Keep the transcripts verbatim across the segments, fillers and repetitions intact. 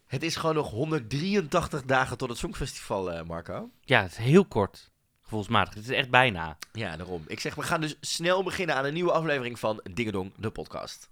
Het is gewoon nog honderddrieëntachtig dagen tot het Songfestival, uh, Marco. Ja, het is heel kort. Gevoelsmatig. Het is echt bijna. Ja, daarom. Ik zeg, we gaan dus snel beginnen aan een nieuwe aflevering van Dingedong, de podcast.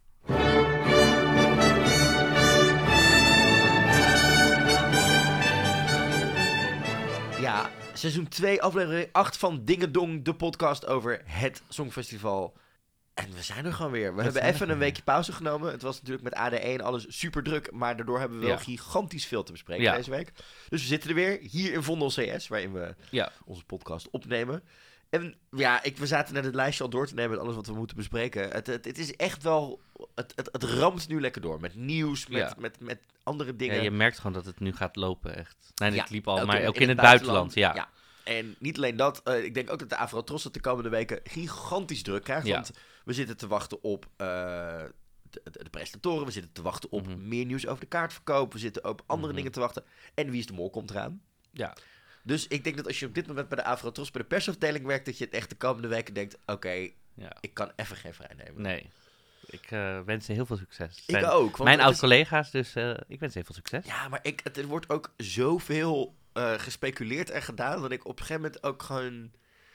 Ja, seizoen twee, aflevering acht van Dingedong, de podcast over het Songfestival. En we zijn er gewoon weer. We dat hebben even een weekje pauze genomen. Het was natuurlijk met A D E en alles super druk. Maar daardoor hebben we wel ja. gigantisch veel te bespreken ja. deze week. Dus we zitten er weer, hier in Vondel C S, waarin we ja. onze podcast opnemen. En ja, ik, we zaten net het lijstje al door te nemen met alles wat we moeten bespreken. Het, het, het is echt wel... Het, het, het ramt nu lekker door. Met nieuws, met, ja. met, met andere dingen. Ja, je merkt gewoon dat het nu gaat lopen, echt. Nee, het ja, liep al, ook maar in, ook in, in het, het buitenland, buitenland ja. ja. En niet alleen dat. Uh, ik denk ook dat de Afro-Tros het de komende weken gigantisch druk krijgt. Ja. Want we zitten te wachten op uh, de, de, de presentatoren. We zitten te wachten op mm-hmm. meer nieuws over de kaartverkoop. We zitten op andere mm-hmm. dingen te wachten. En Wie is de Mol komt eraan. Ja. Dus ik denk dat als je op dit moment bij de Afro-Tros bij de persafdeling werkt, dat je het echt de komende weken denkt, oké, okay, ja. ik kan even geen vrij nemen. Nee. Ik uh, wens ze heel veel succes. Ik ook. Mijn oud-collega's, dus uh, ik wens ze heel veel succes. Ja, maar ik, het, er wordt ook zoveel uh, gespeculeerd en gedaan, dat ik op een gegeven moment ook gewoon...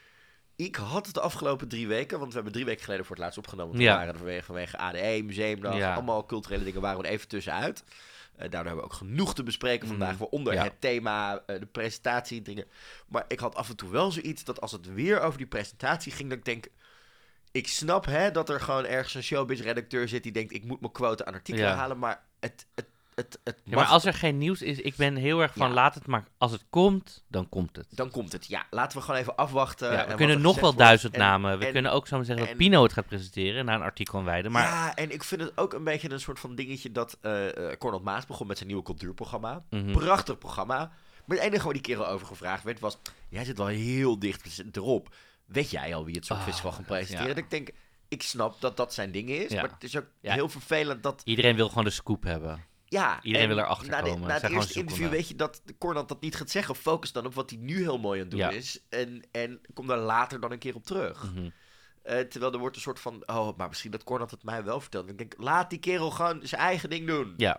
Ik had het de afgelopen drie weken, want we hebben drie weken geleden voor het laatst opgenomen. We ja. waren er vanwege, vanwege A D E, Museumdag, ja. allemaal culturele dingen waren we even tussenuit. Uh, daardoor hebben we ook genoeg te bespreken vandaag, waaronder ja. het thema, uh, de presentatie, dingen. Maar ik had af en toe wel zoiets dat als het weer over die presentatie ging, dat ik denk... Ik snap hè, dat er gewoon ergens een showbiz-redacteur zit die denkt, ik moet mijn quote aan artikelen ja. halen, maar het... het Het, het ja, maar als er geen nieuws is, ik ben heel erg van ja. laat het maar, als het komt, dan komt het. Dan komt het, ja. Laten we gewoon even afwachten. Ja, we en kunnen nog wel duizend en, namen. We en, kunnen ook zo zeggen en, dat Pino het gaat presenteren naar een artikel en wijden. Maar... Ja, en ik vind het ook een beetje een soort van dingetje dat uh, uh, Cornel Maas begon met zijn nieuwe cultuurprogramma. Mm-hmm. Prachtig programma. Maar het enige waar die kerel over gevraagd werd was, jij zit wel heel dicht erop. Weet jij al wie het Songfestival oh, gaat presenteren? Ja. Dat ik denk, ik snap dat dat zijn ding is, ja. maar het is ook ja. heel vervelend dat... Iedereen wil gewoon de scoop hebben. Ja, iedereen wil erachter na de, komen. Na het eerste interview weet je dat Cornel dat niet gaat zeggen. Focus dan op wat hij nu heel mooi aan het doen ja. is. En, en kom daar later dan een keer op terug. Mm-hmm. Uh, terwijl er wordt een soort van... Oh, maar misschien dat Cornel het mij wel vertelt. Ik denk, laat die kerel gewoon zijn eigen ding doen. Ja.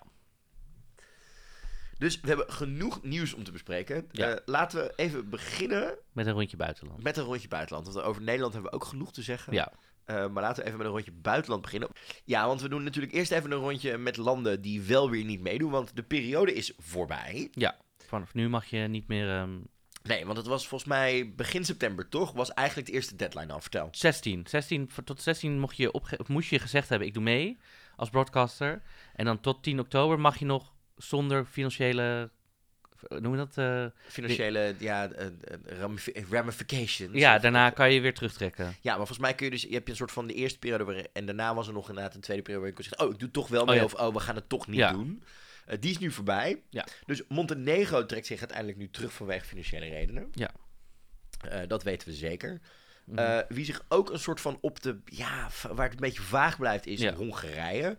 Dus we hebben genoeg nieuws om te bespreken. Ja. Uh, laten we even beginnen... Met een rondje buitenland. Met een rondje buitenland. Want over Nederland hebben we ook genoeg te zeggen. Ja. Uh, maar laten we even met een rondje buitenland beginnen. Ja, want we doen natuurlijk eerst even een rondje met landen die wel weer niet meedoen. Want de periode is voorbij. Ja, vanaf nu mag je niet meer... Um... Nee, want het was volgens mij begin september, toch? Was eigenlijk de eerste deadline al. Vertel. zestien. zestien tot zestien mocht je opge- moest je gezegd hebben, ik doe mee als broadcaster. En dan tot tien oktober mag je nog zonder financiële... Noem je dat? Uh, Financiële, die, ja, uh, uh, ramifications. Ja, daarna kan je weer terugtrekken. Ja, maar volgens mij kun je dus, je hebt een soort van de eerste periode waar, en daarna was er nog inderdaad een tweede periode waar je kon zeggen, oh, ik doe toch wel mee, oh, ja. of oh, we gaan het toch niet ja. doen. Uh, die is nu voorbij. Ja. Dus Montenegro trekt zich uiteindelijk nu terug vanwege financiële redenen. Ja. Uh, dat weten we zeker. Mm-hmm. Uh, wie zich ook een soort van op de, ja, waar het een beetje vaag blijft, is ja. Hongarije.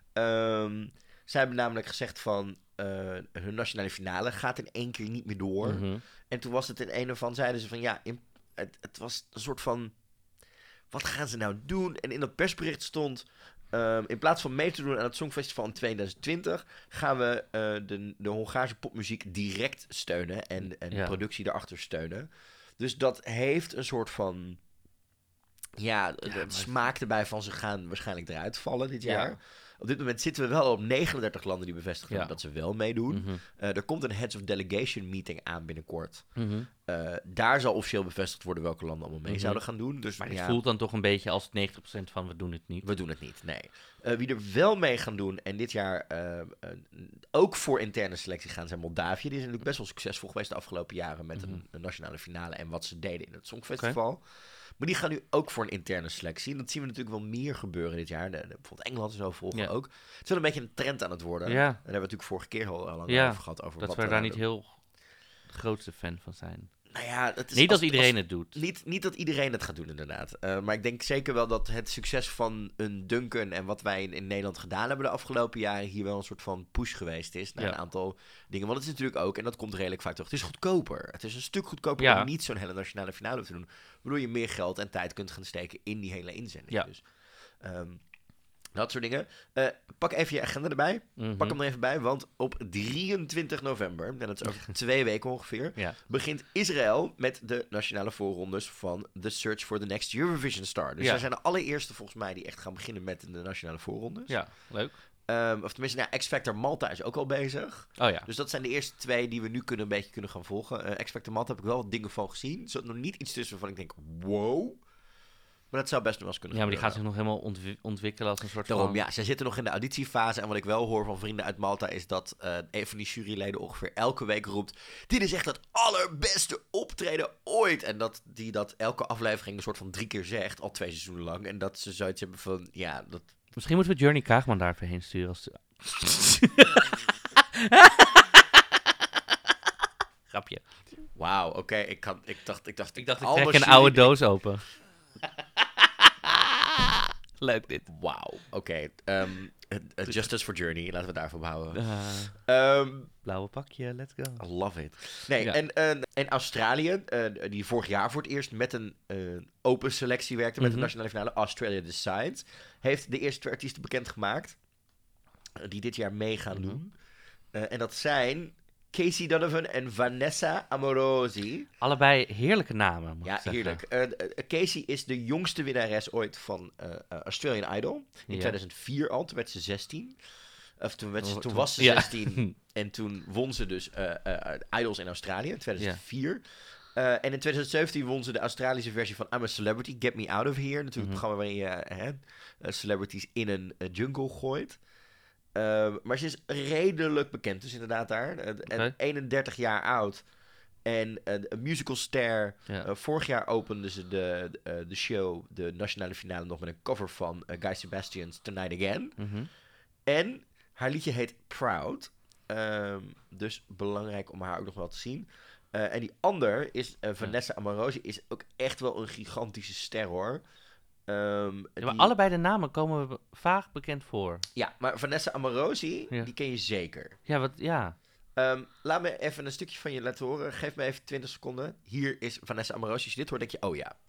Um, zij hebben namelijk gezegd van, Uh, hun nationale finale gaat in één keer niet meer door. Mm-hmm. En toen was het in een of van zeiden ze van ja, in, het, het was een soort van wat gaan ze nou doen? En in dat persbericht stond um, in plaats van mee te doen aan het Songfestival in twintig twintig gaan we uh, de, de Hongaarse popmuziek direct steunen en, en ja. de productie erachter steunen. Dus dat heeft een soort van ja, ja het maar... smaak erbij van ze gaan waarschijnlijk eruit vallen dit jaar. Ja. Op dit moment zitten we wel op negenendertig landen die bevestigd hebben ja. dat ze wel meedoen. Mm-hmm. Uh, er komt een Heads of Delegation meeting aan binnenkort. Mm-hmm. Uh, daar zal officieel bevestigd worden welke landen allemaal mee mm-hmm. zouden gaan doen. Dus, maar het ja, voelt dan toch een beetje als negentig procent van we doen het niet. We doen het niet, nee. Uh, wie er wel mee gaan doen en dit jaar uh, uh, ook voor interne selectie gaan zijn Moldavië. Die is natuurlijk best wel succesvol geweest de afgelopen jaren met mm-hmm. een, een nationale finale en wat ze deden in het Songfestival. Okay. Maar die gaan nu ook voor een interne selectie. En dat zien we natuurlijk wel meer gebeuren dit jaar. De, de, bijvoorbeeld Engeland en zo volgen ja. ook. Het is wel een beetje een trend aan het worden. Ja. En daar hebben we natuurlijk vorige keer al, al lang ja, over gehad. Over dat wat we daar niet de... heel de grootste fan van zijn. Nou ja, het is niet als, dat iedereen als, het doet. Niet, niet dat iedereen het gaat doen, inderdaad. Uh, maar ik denk zeker wel dat het succes van een Duncan en wat wij in, in Nederland gedaan hebben de afgelopen jaren hier wel een soort van push geweest is naar ja. een aantal dingen. Want het is natuurlijk ook, en dat komt redelijk vaak terug, het is goedkoper. Het is een stuk goedkoper ja. om niet zo'n hele nationale finale te doen. Waardoor je meer geld en tijd kunt gaan steken in die hele inzending. Ja. Dus, um, Dat soort dingen. Uh, pak even je agenda erbij. Mm-hmm. Pak hem er even bij, want op drieëntwintig november, en dat is over twee weken ongeveer, ja. begint Israël met de nationale voorrondes van The Search for the Next Eurovision Star. Dus ja. zij zijn de allereerste volgens mij die echt gaan beginnen met de nationale voorrondes. Ja, leuk. Um, of tenminste, nou, X-Factor Malta is ook al bezig. Oh ja. Dus dat zijn de eerste twee die we nu kunnen, een beetje kunnen gaan volgen. Uh, X-Factor Malta heb ik wel wat dingen van gezien. Er zat nog niet iets tussen waarvan ik denk, wow. Maar dat zou best nog wel eens kunnen Ja, maar die gaat gebeuren. zich nog helemaal ontwi- ontwikkelen als een soort Daarom, van... ja, zij zitten nog in de auditiefase. En wat ik wel hoor van vrienden uit Malta is dat uh, een van die juryleden ongeveer elke week roept: dit is echt het allerbeste optreden ooit. En dat die dat elke aflevering een soort van drie keer zegt, al twee seizoenen lang. En dat ze zoiets hebben van, ja, dat... Misschien moeten we Journey Kaagman daar even heen sturen. Als... Grapje. Wauw, oké, okay, ik, kan, ik dacht... Ik dacht, ik, dacht, ik trek een jury... oude doos open. Leuk dit. Wauw, oké. Okay. Um, uh, Justice for Journey, laten we daarvan houden. Uh, um, blauwe pakje, let's go. I love it. Nee, ja. en, uh, en Australië, uh, die vorig jaar voor het eerst met een uh, open selectie werkte met mm-hmm. de nationale finale, Australia Decides, heeft de eerste twee artiesten bekendgemaakt uh, die dit jaar mee gaan mm-hmm. doen. Uh, en dat zijn Casey Donovan en Vanessa Amorosi. Allebei heerlijke namen, moet ja, ik zeggen. heerlijk. Uh, uh, Casey is de jongste winnares ooit van uh, uh, Australian Idol. In ja. tweeduizend vier al, toen werd ze zestien. Of toen, werd ze, toen was ze ja. zestien en toen won ze dus uh, uh, Idols in Australië in tweeduizend vier. Ja. Uh, en in tweeduizend zeventien won ze de Australische versie van I'm a Celebrity, Get Me Out of Here. Natuurlijk mm-hmm. een programma waarin je uh, uh, celebrities in een uh, jungle gooit. Uh, maar ze is redelijk bekend, dus inderdaad daar. Uh, okay. eenendertig jaar oud. En uh, een musicalster. Ja. Uh, vorig jaar opende ze de, de, uh, de show, de nationale finale, nog met een cover van uh, Guy Sebastian's Tonight Again. Mm-hmm. En haar liedje heet Proud. Um, dus belangrijk om haar ook nog wel te zien. Uh, en die ander is uh, Vanessa ja. Amorosi. Is ook echt wel een gigantische ster, hoor. Um, ja, maar die... allebei de namen komen we vaag bekend voor. Ja, maar Vanessa Amorosi, ja. die ken je zeker. Ja, wat, ja. Um, laat me even een stukje van je laten horen. Geef me even twintig seconden. Hier is Vanessa Amorosi. Als je dit hoort, denk je, oh ja.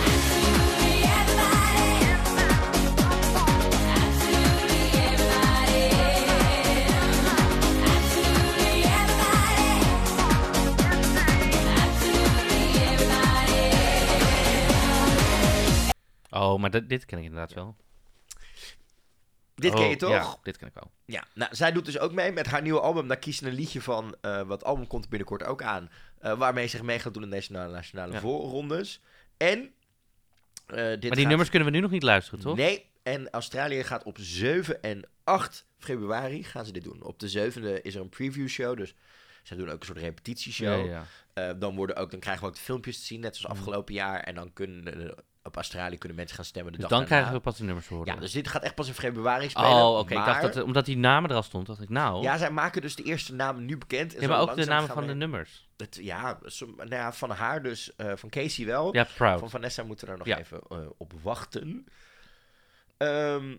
Oh, maar d- dit ken ik inderdaad ja. wel. Dit oh, ken je toch? Ja, dit ken ik wel. Ja, nou, zij doet dus ook mee met haar nieuwe album. Daar kiest ze een liedje van. Uh, wat album komt er binnenkort ook aan. Uh, waarmee ze zich mee gaat doen in deze nationale ja. voorrondes. En... Uh, dit maar die gaat... nummers kunnen we nu nog niet luisteren, toch? Nee, en Australië gaat op zeven en acht februari gaan ze dit doen. Op de zevende is er een preview show, dus ze doen ook een soort repetitieshow. Ja, ja. Uh, dan, worden ook, dan krijgen we ook de filmpjes te zien, net zoals afgelopen jaar. En dan kunnen... Uh, op Australië kunnen mensen gaan stemmen de dus dag dan daarna. krijgen we pas de nummers horen. Ja, dus dit gaat echt pas in februari spelen. Oh, oké. Okay. Maar... Ik dacht dat, omdat die namen er al stond, dacht ik nou... Ja, zij maken dus de eerste namen nu bekend. En ja, maar ook de namen van we... de nummers. Het, ja, som, nou ja, van haar dus, uh, van Casey wel. Ja, Proud. Van Vanessa moeten we er nog ja. even uh, op wachten. Um,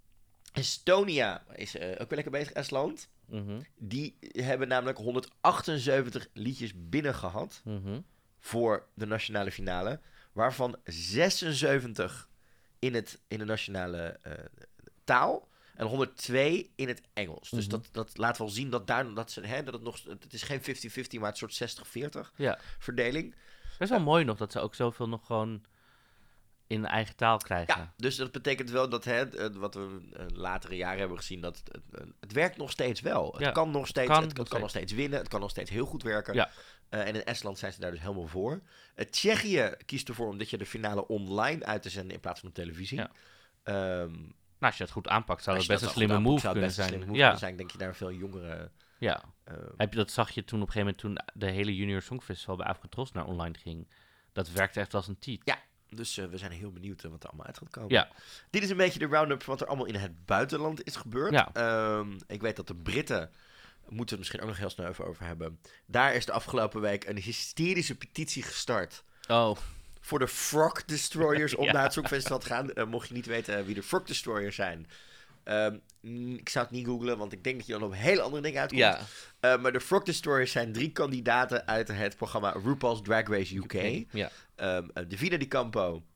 Estonia is uh, ook wel lekker bezig, Estland. Mm-hmm. Die hebben namelijk honderdachtenzeventig liedjes binnen gehad mm-hmm. voor de nationale finale. Waarvan zesenzeventig in, het, in de nationale uh, taal en honderdtwee in het Engels. Mm-hmm. Dus dat, dat laat wel zien dat, daar, dat, ze, hè, dat het nog... Het is geen vijftig vijftig, maar het soort zestig veertig ja. verdeling. Best wel uh, mooi nog dat ze ook zoveel nog gewoon in eigen taal krijgen. Ja, dus dat betekent wel dat, hè, wat we in latere jaren hebben gezien, dat het, het werkt nog steeds wel. Ja, het kan nog steeds, kan het, het kan nog steeds winnen, het kan nog steeds heel goed werken. Ja. Uh, en in Estland zijn ze daar dus helemaal voor. Uh, Tsjechië kiest ervoor om dit je de finale online uit te zenden in plaats van op televisie. Ja. Um, nou, als je het goed aanpakt, zou het best dat een slimme move aanpakt, kunnen zijn. zijn. Move ja. kunnen zijn. Denk je daar veel jongeren... Ja. Uh, Heb je, dat zag je toen op een gegeven moment, toen de hele Junior Songfestival bij Afrotros naar online ging. Dat werkte echt als een tiet. Ja. Dus uh, we zijn heel benieuwd uh, wat er allemaal uit gaat komen. Ja. Dit is een beetje de round-up van wat er allemaal in het buitenland is gebeurd. Ja. Um, ik weet dat de Britten, moeten we het misschien ook nog heel snel even over hebben. Daar is de afgelopen week een hysterische petitie gestart. Oh. Voor de Frog Destroyers om ja. naar het Songfestival te gaan. Uh, mocht je niet weten uh, wie de Frog Destroyers zijn. Um, ik zou het niet googlen, want ik denk dat je dan op hele andere dingen uitkomt. Ja. Uh, maar de Frog Destroyers zijn drie kandidaten uit het programma RuPaul's Drag Race U K. Okay. Ja. Um, uh, Davina Di Campo,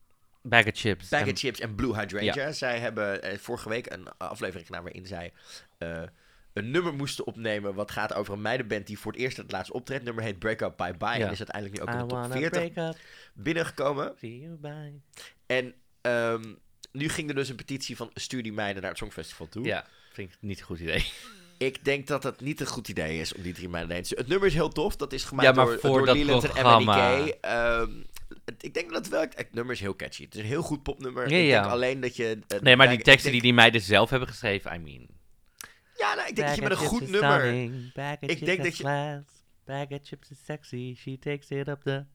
Bag of Chips. Bag of en, Chips en Blue Hydrangea. Ja. Zij hebben uh, vorige week een aflevering gedaan waarin zij uh, een nummer moesten opnemen wat gaat over een meidenband die voor het eerst en het laatst optreedt. Het nummer heet Break Up Bye Bye. Ja. En is uiteindelijk nu ook in de top veertig binnengekomen. See you bye. En um, nu ging er dus een petitie van stuur die meiden naar het Songfestival toe. Ja, vind ik niet een goed idee. Ik denk dat het niet een goed idee is om die drie meiden heen te sturen. Het nummer is heel tof. Dat is gemaakt ja, door, voor door Leland en M N E K. Um, het, ik denk dat het wel... Het nummer is heel catchy. Het is een heel goed popnummer. Ja, ik ja. denk alleen dat je... Uh, nee, maar die ik, teksten ik denk, die die meiden zelf hebben geschreven, I mean... Ja, nou, ik denk dat je met een goed nummer... Ik denk dat je... Bag of Chips is sexy, she takes it up the...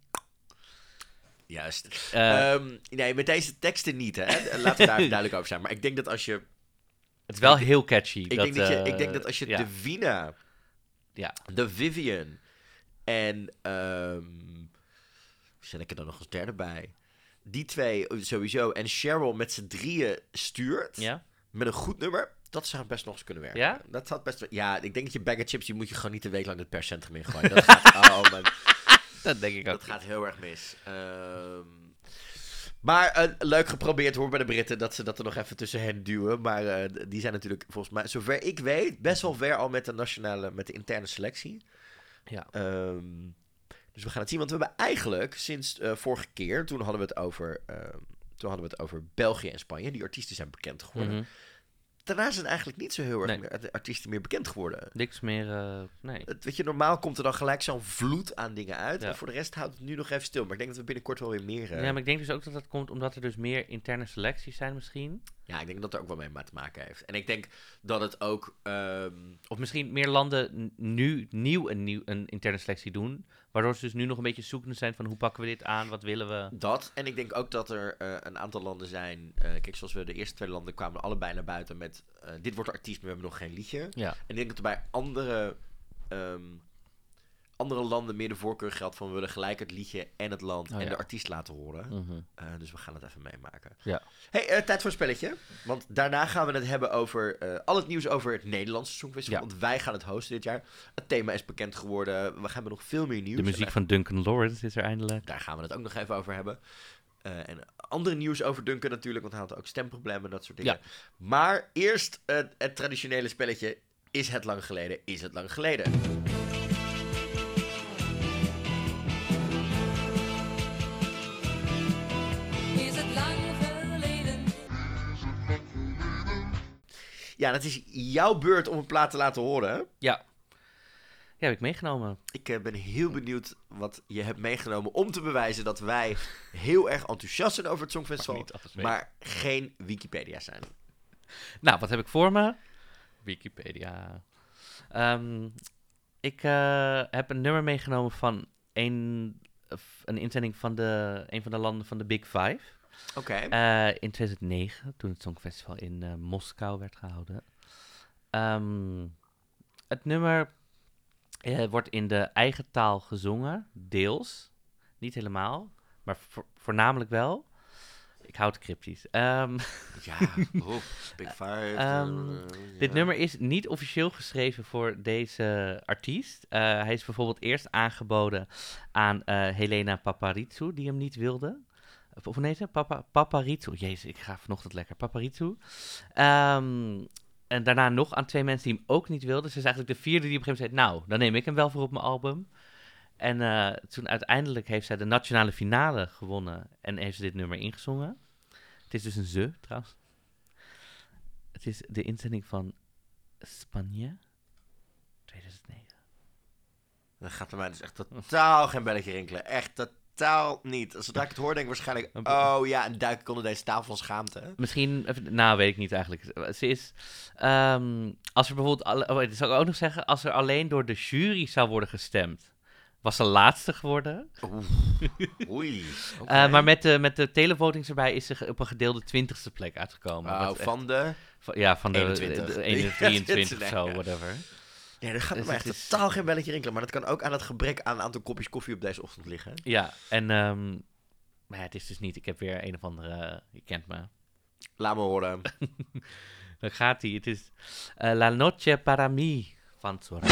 Juist. Uh, um, nee, met deze teksten niet, hè. Laten we daar even duidelijk over zijn. Maar ik denk dat als je... Het is wel ik, heel catchy. Ik, dat, denk dat je, uh, ik denk dat als je ja. de Vina, ja. de Vivian en... Um, zet ik er dan nog als derde bij? Die twee sowieso. En Cheryl met z'n drieën stuurt. Ja? Met een goed nummer. Dat zou best nog eens kunnen werken. Ja? Dat had best... Ja, ik denk dat je Bag of Chips... die moet je gewoon niet een week lang het perscentrum ingooien. Dat gaat... Oh, man. Dat denk ik ook. Dat gaat heel erg mis. Um, maar uh, leuk geprobeerd hoor bij de Britten... dat ze dat er nog even tussen hen duwen. Maar uh, die zijn natuurlijk volgens mij... zover ik weet... best wel ver al met de nationale... met de interne selectie. Ja. Um, dus we gaan het zien. Want we hebben eigenlijk sinds uh, vorige keer... toen hadden we het over... Uh, toen hadden we het over België en Spanje. Die artiesten zijn bekend geworden. Mm-hmm. Daarna zijn eigenlijk niet zo heel erg nee. meer, artiesten meer bekend geworden. Niks meer, uh, nee. Het, weet je, normaal komt er dan gelijk zo'n vloed aan dingen uit. Ja. En voor de rest houdt het nu nog even stil. Maar ik denk dat we binnenkort wel weer meer... Uh... Ja, maar ik denk dus ook dat dat komt omdat er dus meer interne selecties zijn misschien. Ja, ik denk dat het er ook wel mee te maken heeft. En ik denk dat het ook... Um... Of misschien meer landen nu nieuw een, nieuw een interne selectie doen. Waardoor ze dus nu nog een beetje zoekende zijn van hoe pakken we dit aan, wat willen we. Dat. En ik denk ook dat er uh, een aantal landen zijn... Uh, kijk, zoals we de eerste twee landen kwamen allebei naar buiten met... Uh, dit wordt de artiest, maar we hebben nog geen liedje. Ja. En ik denk dat er bij andere... Um, andere landen meer de voorkeur geldt van we willen gelijk het liedje en het land oh, en ja. de artiest laten horen. Mm-hmm. Uh, dus we gaan het even meemaken. Ja. Hey, uh, tijd voor een spelletje. Want daarna gaan we het hebben over uh, al het nieuws over het Nederlandse Songfestival. Ja. Want wij gaan het hosten dit jaar. Het thema is bekend geworden. We gaan nog veel meer nieuws. De muziek van Duncan Lawrence is er eindelijk. Daar gaan we het ook nog even over hebben. Uh, en andere nieuws over Duncan natuurlijk, want hij had ook stemproblemen en dat soort dingen. Ja. Maar eerst uh, het traditionele spelletje. Is het lang geleden? Is het lang geleden? Ja, dat is jouw beurt om een plaat te laten horen. Ja. Ja, heb ik meegenomen. Ik uh, ben heel benieuwd wat je hebt meegenomen om te bewijzen dat wij heel erg enthousiast zijn over het Songfestival, maar geen Wikipedia zijn. Nou, wat heb ik voor me? Wikipedia. Um, ik uh, heb een nummer meegenomen van een, een inzending van de, een van de landen van de Big Five. Oké. Okay. Uh, in tweeduizend negen, toen het Songfestival in uh, Moskou werd gehouden. Um, het nummer uh, wordt in de eigen taal gezongen, deels. Niet helemaal, maar vo- voornamelijk wel. Ik houd het cryptisch. Um, ja, oh, Big Five. Um, uh, dit ja. nummer is niet officieel geschreven voor deze artiest. Uh, hij is bijvoorbeeld eerst aangeboden aan uh, Helena Paparizou, die hem niet wilde. Of nee, ze? Papa, Paparizou. Jezus, ik ga vanochtend lekker. Paparizou. Um, en daarna nog aan twee mensen die hem ook niet wilden. Ze is eigenlijk de vierde die op een gegeven moment zei... Nou, dan neem ik hem wel voor op mijn album. En uh, toen uiteindelijk heeft zij de nationale finale gewonnen. En heeft ze dit nummer ingezongen. Het is dus een ze, trouwens. Het is de inzending van Spanje. tweeduizend negen. Dan gaat er mij dus echt totaal geen belletje rinkelen. Echt totaal niet. Zodra ik het hoor, denk ik waarschijnlijk... Oh ja, en duik ik onder deze tafel van schaamte. Misschien... Nou, weet ik niet eigenlijk. Ze is... Um, als er bijvoorbeeld... Alle, oh, dat zou ik ook nog zeggen. Als er alleen door de jury zou worden gestemd... Was ze laatste geworden. Oeh. Oei. Okay. Uh, maar met de, met de televotings erbij is ze op een gedeelde twintigste plek uitgekomen. Oh, van echt, de? Van, ja, van de, eenentwintig. de, de eenentwintig, drieëntwintig of zo, whatever. Ja, er gaat dus me echt is... totaal geen belletje rinkelen. Maar dat kan ook aan het gebrek aan een aantal kopjes koffie op deze ochtend liggen. Ja, en um, maar ja, het is dus niet... Ik heb weer een of andere... Uh, je kent me. Laat me horen. Dan gaat hij. Het is uh, La Noche para mí van Zorra.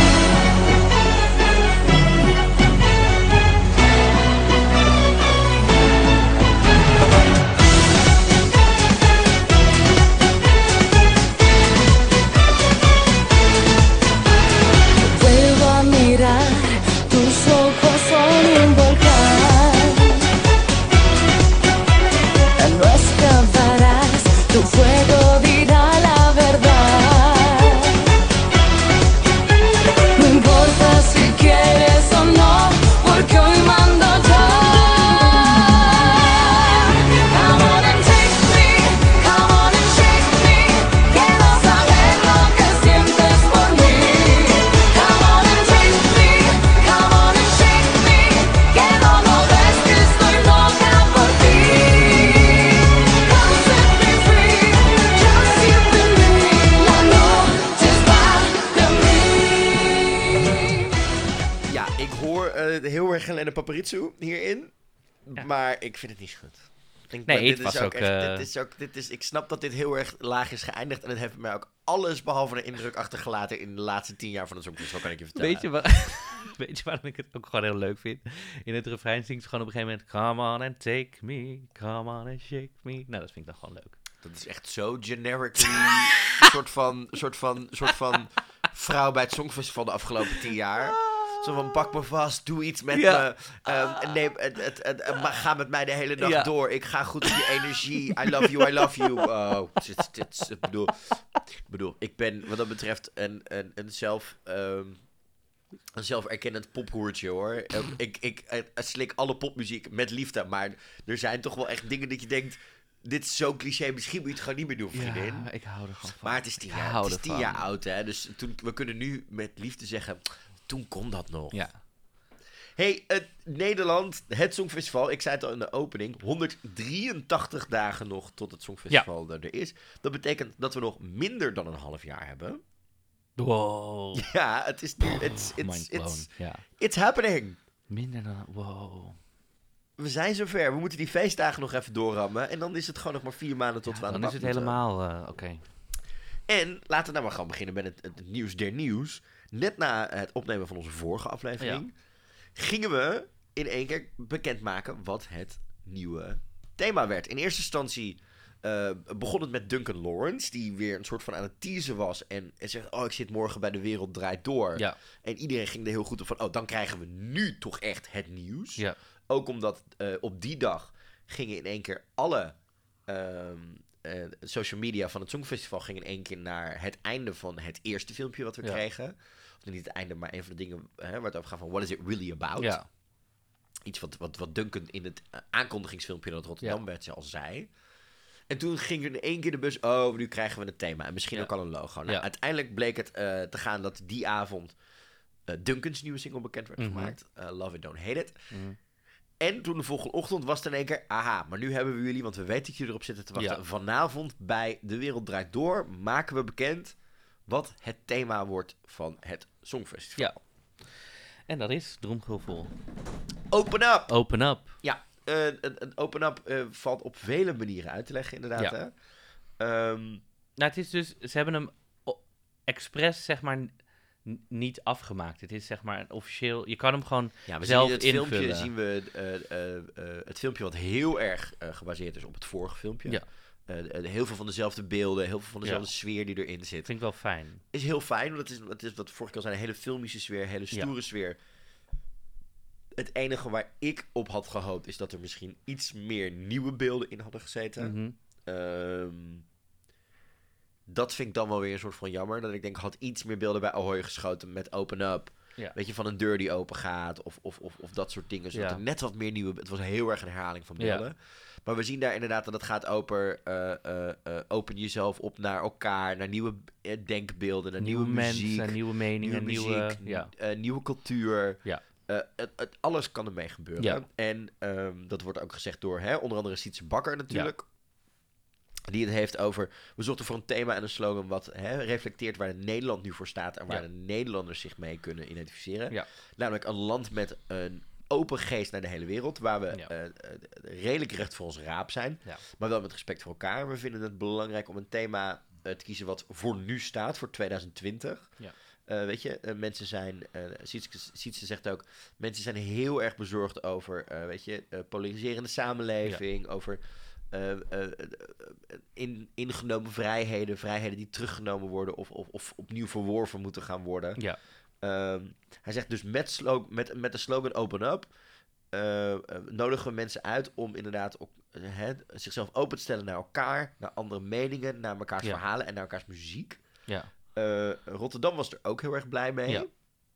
hoor uh, heel erg Helena Paparizou hierin. Ja. Maar ik vind het niet goed. Ik denk, nee, dit was is ook, ook echt, uh... dit is ook dit is, ik snap dat dit heel erg laag is geëindigd. En het heeft mij ook alles behalve een indruk achtergelaten in de laatste tien jaar van het Songfestival, kan ik je vertellen. Weet je, waar, weet je waarom ik het ook gewoon heel leuk vind? In het refrein zingt ze gewoon op een gegeven moment... Come on and take me, come on and shake me. Nou, dat vind ik dan gewoon leuk. Dat is echt zo generically... soort van, soort van, soort van vrouw bij het Songfestival de afgelopen tien jaar. Zo van, pak me vast, doe iets met ja. me. Um, neem, het, het, het, het, ga met mij de hele dag ja. door. Ik ga goed op je energie. I love you, I love you. Oh, dit, dit, ik bedoel, ik bedoel, ik ben wat dat betreft een, een, een zelf... Um, een zelferkennend pophoertje, hoor. Um, ik, ik, ik slik alle popmuziek met liefde. Maar er zijn toch wel echt dingen dat je denkt... Dit is zo cliché, misschien moet je het gewoon niet meer doen, vriendin. Ja, ik hou er gewoon van. Maar het is tien jaar, het is tien jaar oud, hè. Dus toen, we kunnen nu met liefde zeggen... Toen kon dat nog. Ja. Hey, uh, Nederland, het Songfestival. Ik zei het al in de opening. honderddrieëntachtig dagen nog tot het Songfestival ja. er is. Dat betekent dat we nog minder dan een half jaar hebben. Wow. Ja, het is nu... It's, it's, it's, it's, ja. it's happening. Minder dan... Wow. We zijn zover. We moeten die feestdagen nog even doorrammen. En dan is het gewoon nog maar vier maanden tot ja, we aan de bak bak Dan is het moeten. helemaal... Uh, Oké. Okay. En laten we nou maar gewoon beginnen met het, het nieuws der nieuws. Net na het opnemen van onze vorige aflevering... Ja. gingen we in één keer bekendmaken wat het nieuwe thema werd. In eerste instantie uh, begon het met Duncan Lawrence... die weer een soort van aan het teasen was... en, en zegt, oh, ik zit morgen bij De Wereld Draait Door. Ja. En iedereen ging er heel goed op van... oh, dan krijgen we nu toch echt het nieuws. Ja. Ook omdat uh, op die dag gingen in één keer alle... Um, Uh, social media van het Songfestival ging in één keer naar het einde van het eerste filmpje wat we ja. kregen. Of niet het einde, maar een van de dingen hè, waar het over gaat van what is it really about? Ja. Iets wat, wat, wat Duncan in het aankondigingsfilmpje dat Rotterdam ja. werd al zei. En toen ging er in één keer de bus, oh, nu krijgen we een thema. En misschien ja. ook al een logo. Nou, ja. Uiteindelijk bleek het uh, te gaan dat die avond uh, Duncans nieuwe single bekend werd mm-hmm. gemaakt. Uh, Love It, Don't Hate It. Mm. En toen de volgende ochtend was het in één keer... aha, maar nu hebben we jullie, want we weten dat jullie erop zitten te wachten... Ja. Vanavond bij De Wereld Draait Door... maken we bekend wat het thema wordt van het Songfestival. Ja. En dat is, dromgevoel... Open Up! Open Up. Ja, uh, een, een Open Up uh, valt op vele manieren uit te leggen, inderdaad. Ja. Hè? Um, nou, het is dus... Ze hebben hem expres, zeg maar... niet afgemaakt. Het is zeg maar een officieel... Je kan hem gewoon ja, we zelf zien in het invullen. Filmpje zien we uh, uh, uh, het filmpje wat heel erg uh, gebaseerd is op het vorige filmpje. Ja. Uh, heel veel van dezelfde beelden, heel veel van dezelfde ja. sfeer die erin zit. Vind ik wel fijn. Is heel fijn, want het is, het is wat vorige keer al zei, een hele filmische sfeer, een hele stoere ja. sfeer. Het enige waar ik op had gehoopt is dat er misschien iets meer nieuwe beelden in hadden gezeten. Mm-hmm. Um, Dat vind ik dan wel weer een soort van jammer. Dat ik denk, had iets meer beelden bij Ahoy geschoten met Open Up. Ja. Weet je, van een deur die open gaat. Of, of, of, of dat soort dingen. Zodat ja. er net wat meer nieuwe... Het was heel erg een herhaling van beelden. Ja. Maar we zien daar inderdaad dat het gaat over... Uh, uh, uh, open jezelf op naar elkaar. Naar nieuwe uh, denkbeelden. Naar nieuwe, nieuwe muziek. Mensen, nieuwe meningen. Nieuwe, muziek, nieuwe, ja. uh, nieuwe cultuur. Ja. Uh, het, het, alles kan ermee gebeuren. Ja. En um, dat wordt ook gezegd door hè, onder andere Sietse Bakker natuurlijk. Ja. Die het heeft over... We zochten voor een thema en een slogan wat hè, reflecteert waar Nederland nu voor staat... en waar ja. de Nederlanders zich mee kunnen identificeren. Ja. Namelijk een land met een open geest naar de hele wereld... waar we ja. uh, uh, redelijk recht voor ons raap zijn... Ja. maar wel met respect voor elkaar. We vinden het belangrijk om een thema uh, te kiezen wat voor nu staat, voor twintig twintig... Ja. Uh, weet je, uh, mensen zijn... Uh, Sietse zegt ook... Mensen zijn heel erg bezorgd over... Uh, weet je, uh, polariserende samenleving... Ja. over... Uh, uh, in, ingenomen vrijheden, vrijheden die teruggenomen worden of, of, of opnieuw verworven moeten gaan worden. Ja. Um, hij zegt dus met, slog, met, met de slogan Open Up uh, uh, nodigen we mensen uit om inderdaad ook, uh, hè, zichzelf open te stellen naar elkaar, naar andere meningen, naar elkaars ja. verhalen en naar elkaars muziek. Ja. Uh, Rotterdam was er ook heel erg blij mee. Ja.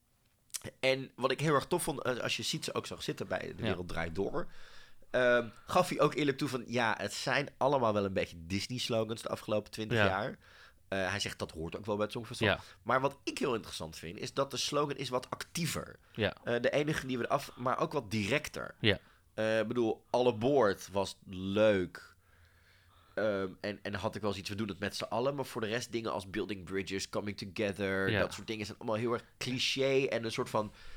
En wat ik heel erg tof vond, als je ziet ze ook zag zitten bij De Wereld ja. Draait Door... Uh, gaf hij ook eerlijk toe van... ja, het zijn allemaal wel een beetje Disney-slogans de afgelopen twintig ja. jaar. Uh, hij zegt dat hoort ook wel bij het Songfestival. Ja. Maar wat ik heel interessant vind... is dat de slogan is wat actiever. Ja. Uh, de enige die we af... maar ook wat directer. Ja. Uh, ik bedoel, All Aboard was leuk. Um, en, en had ik wel eens iets... we doen het met z'n allen. Maar voor de rest dingen als Building Bridges, Coming Together... Ja. dat soort dingen zijn allemaal heel erg cliché... en een soort van...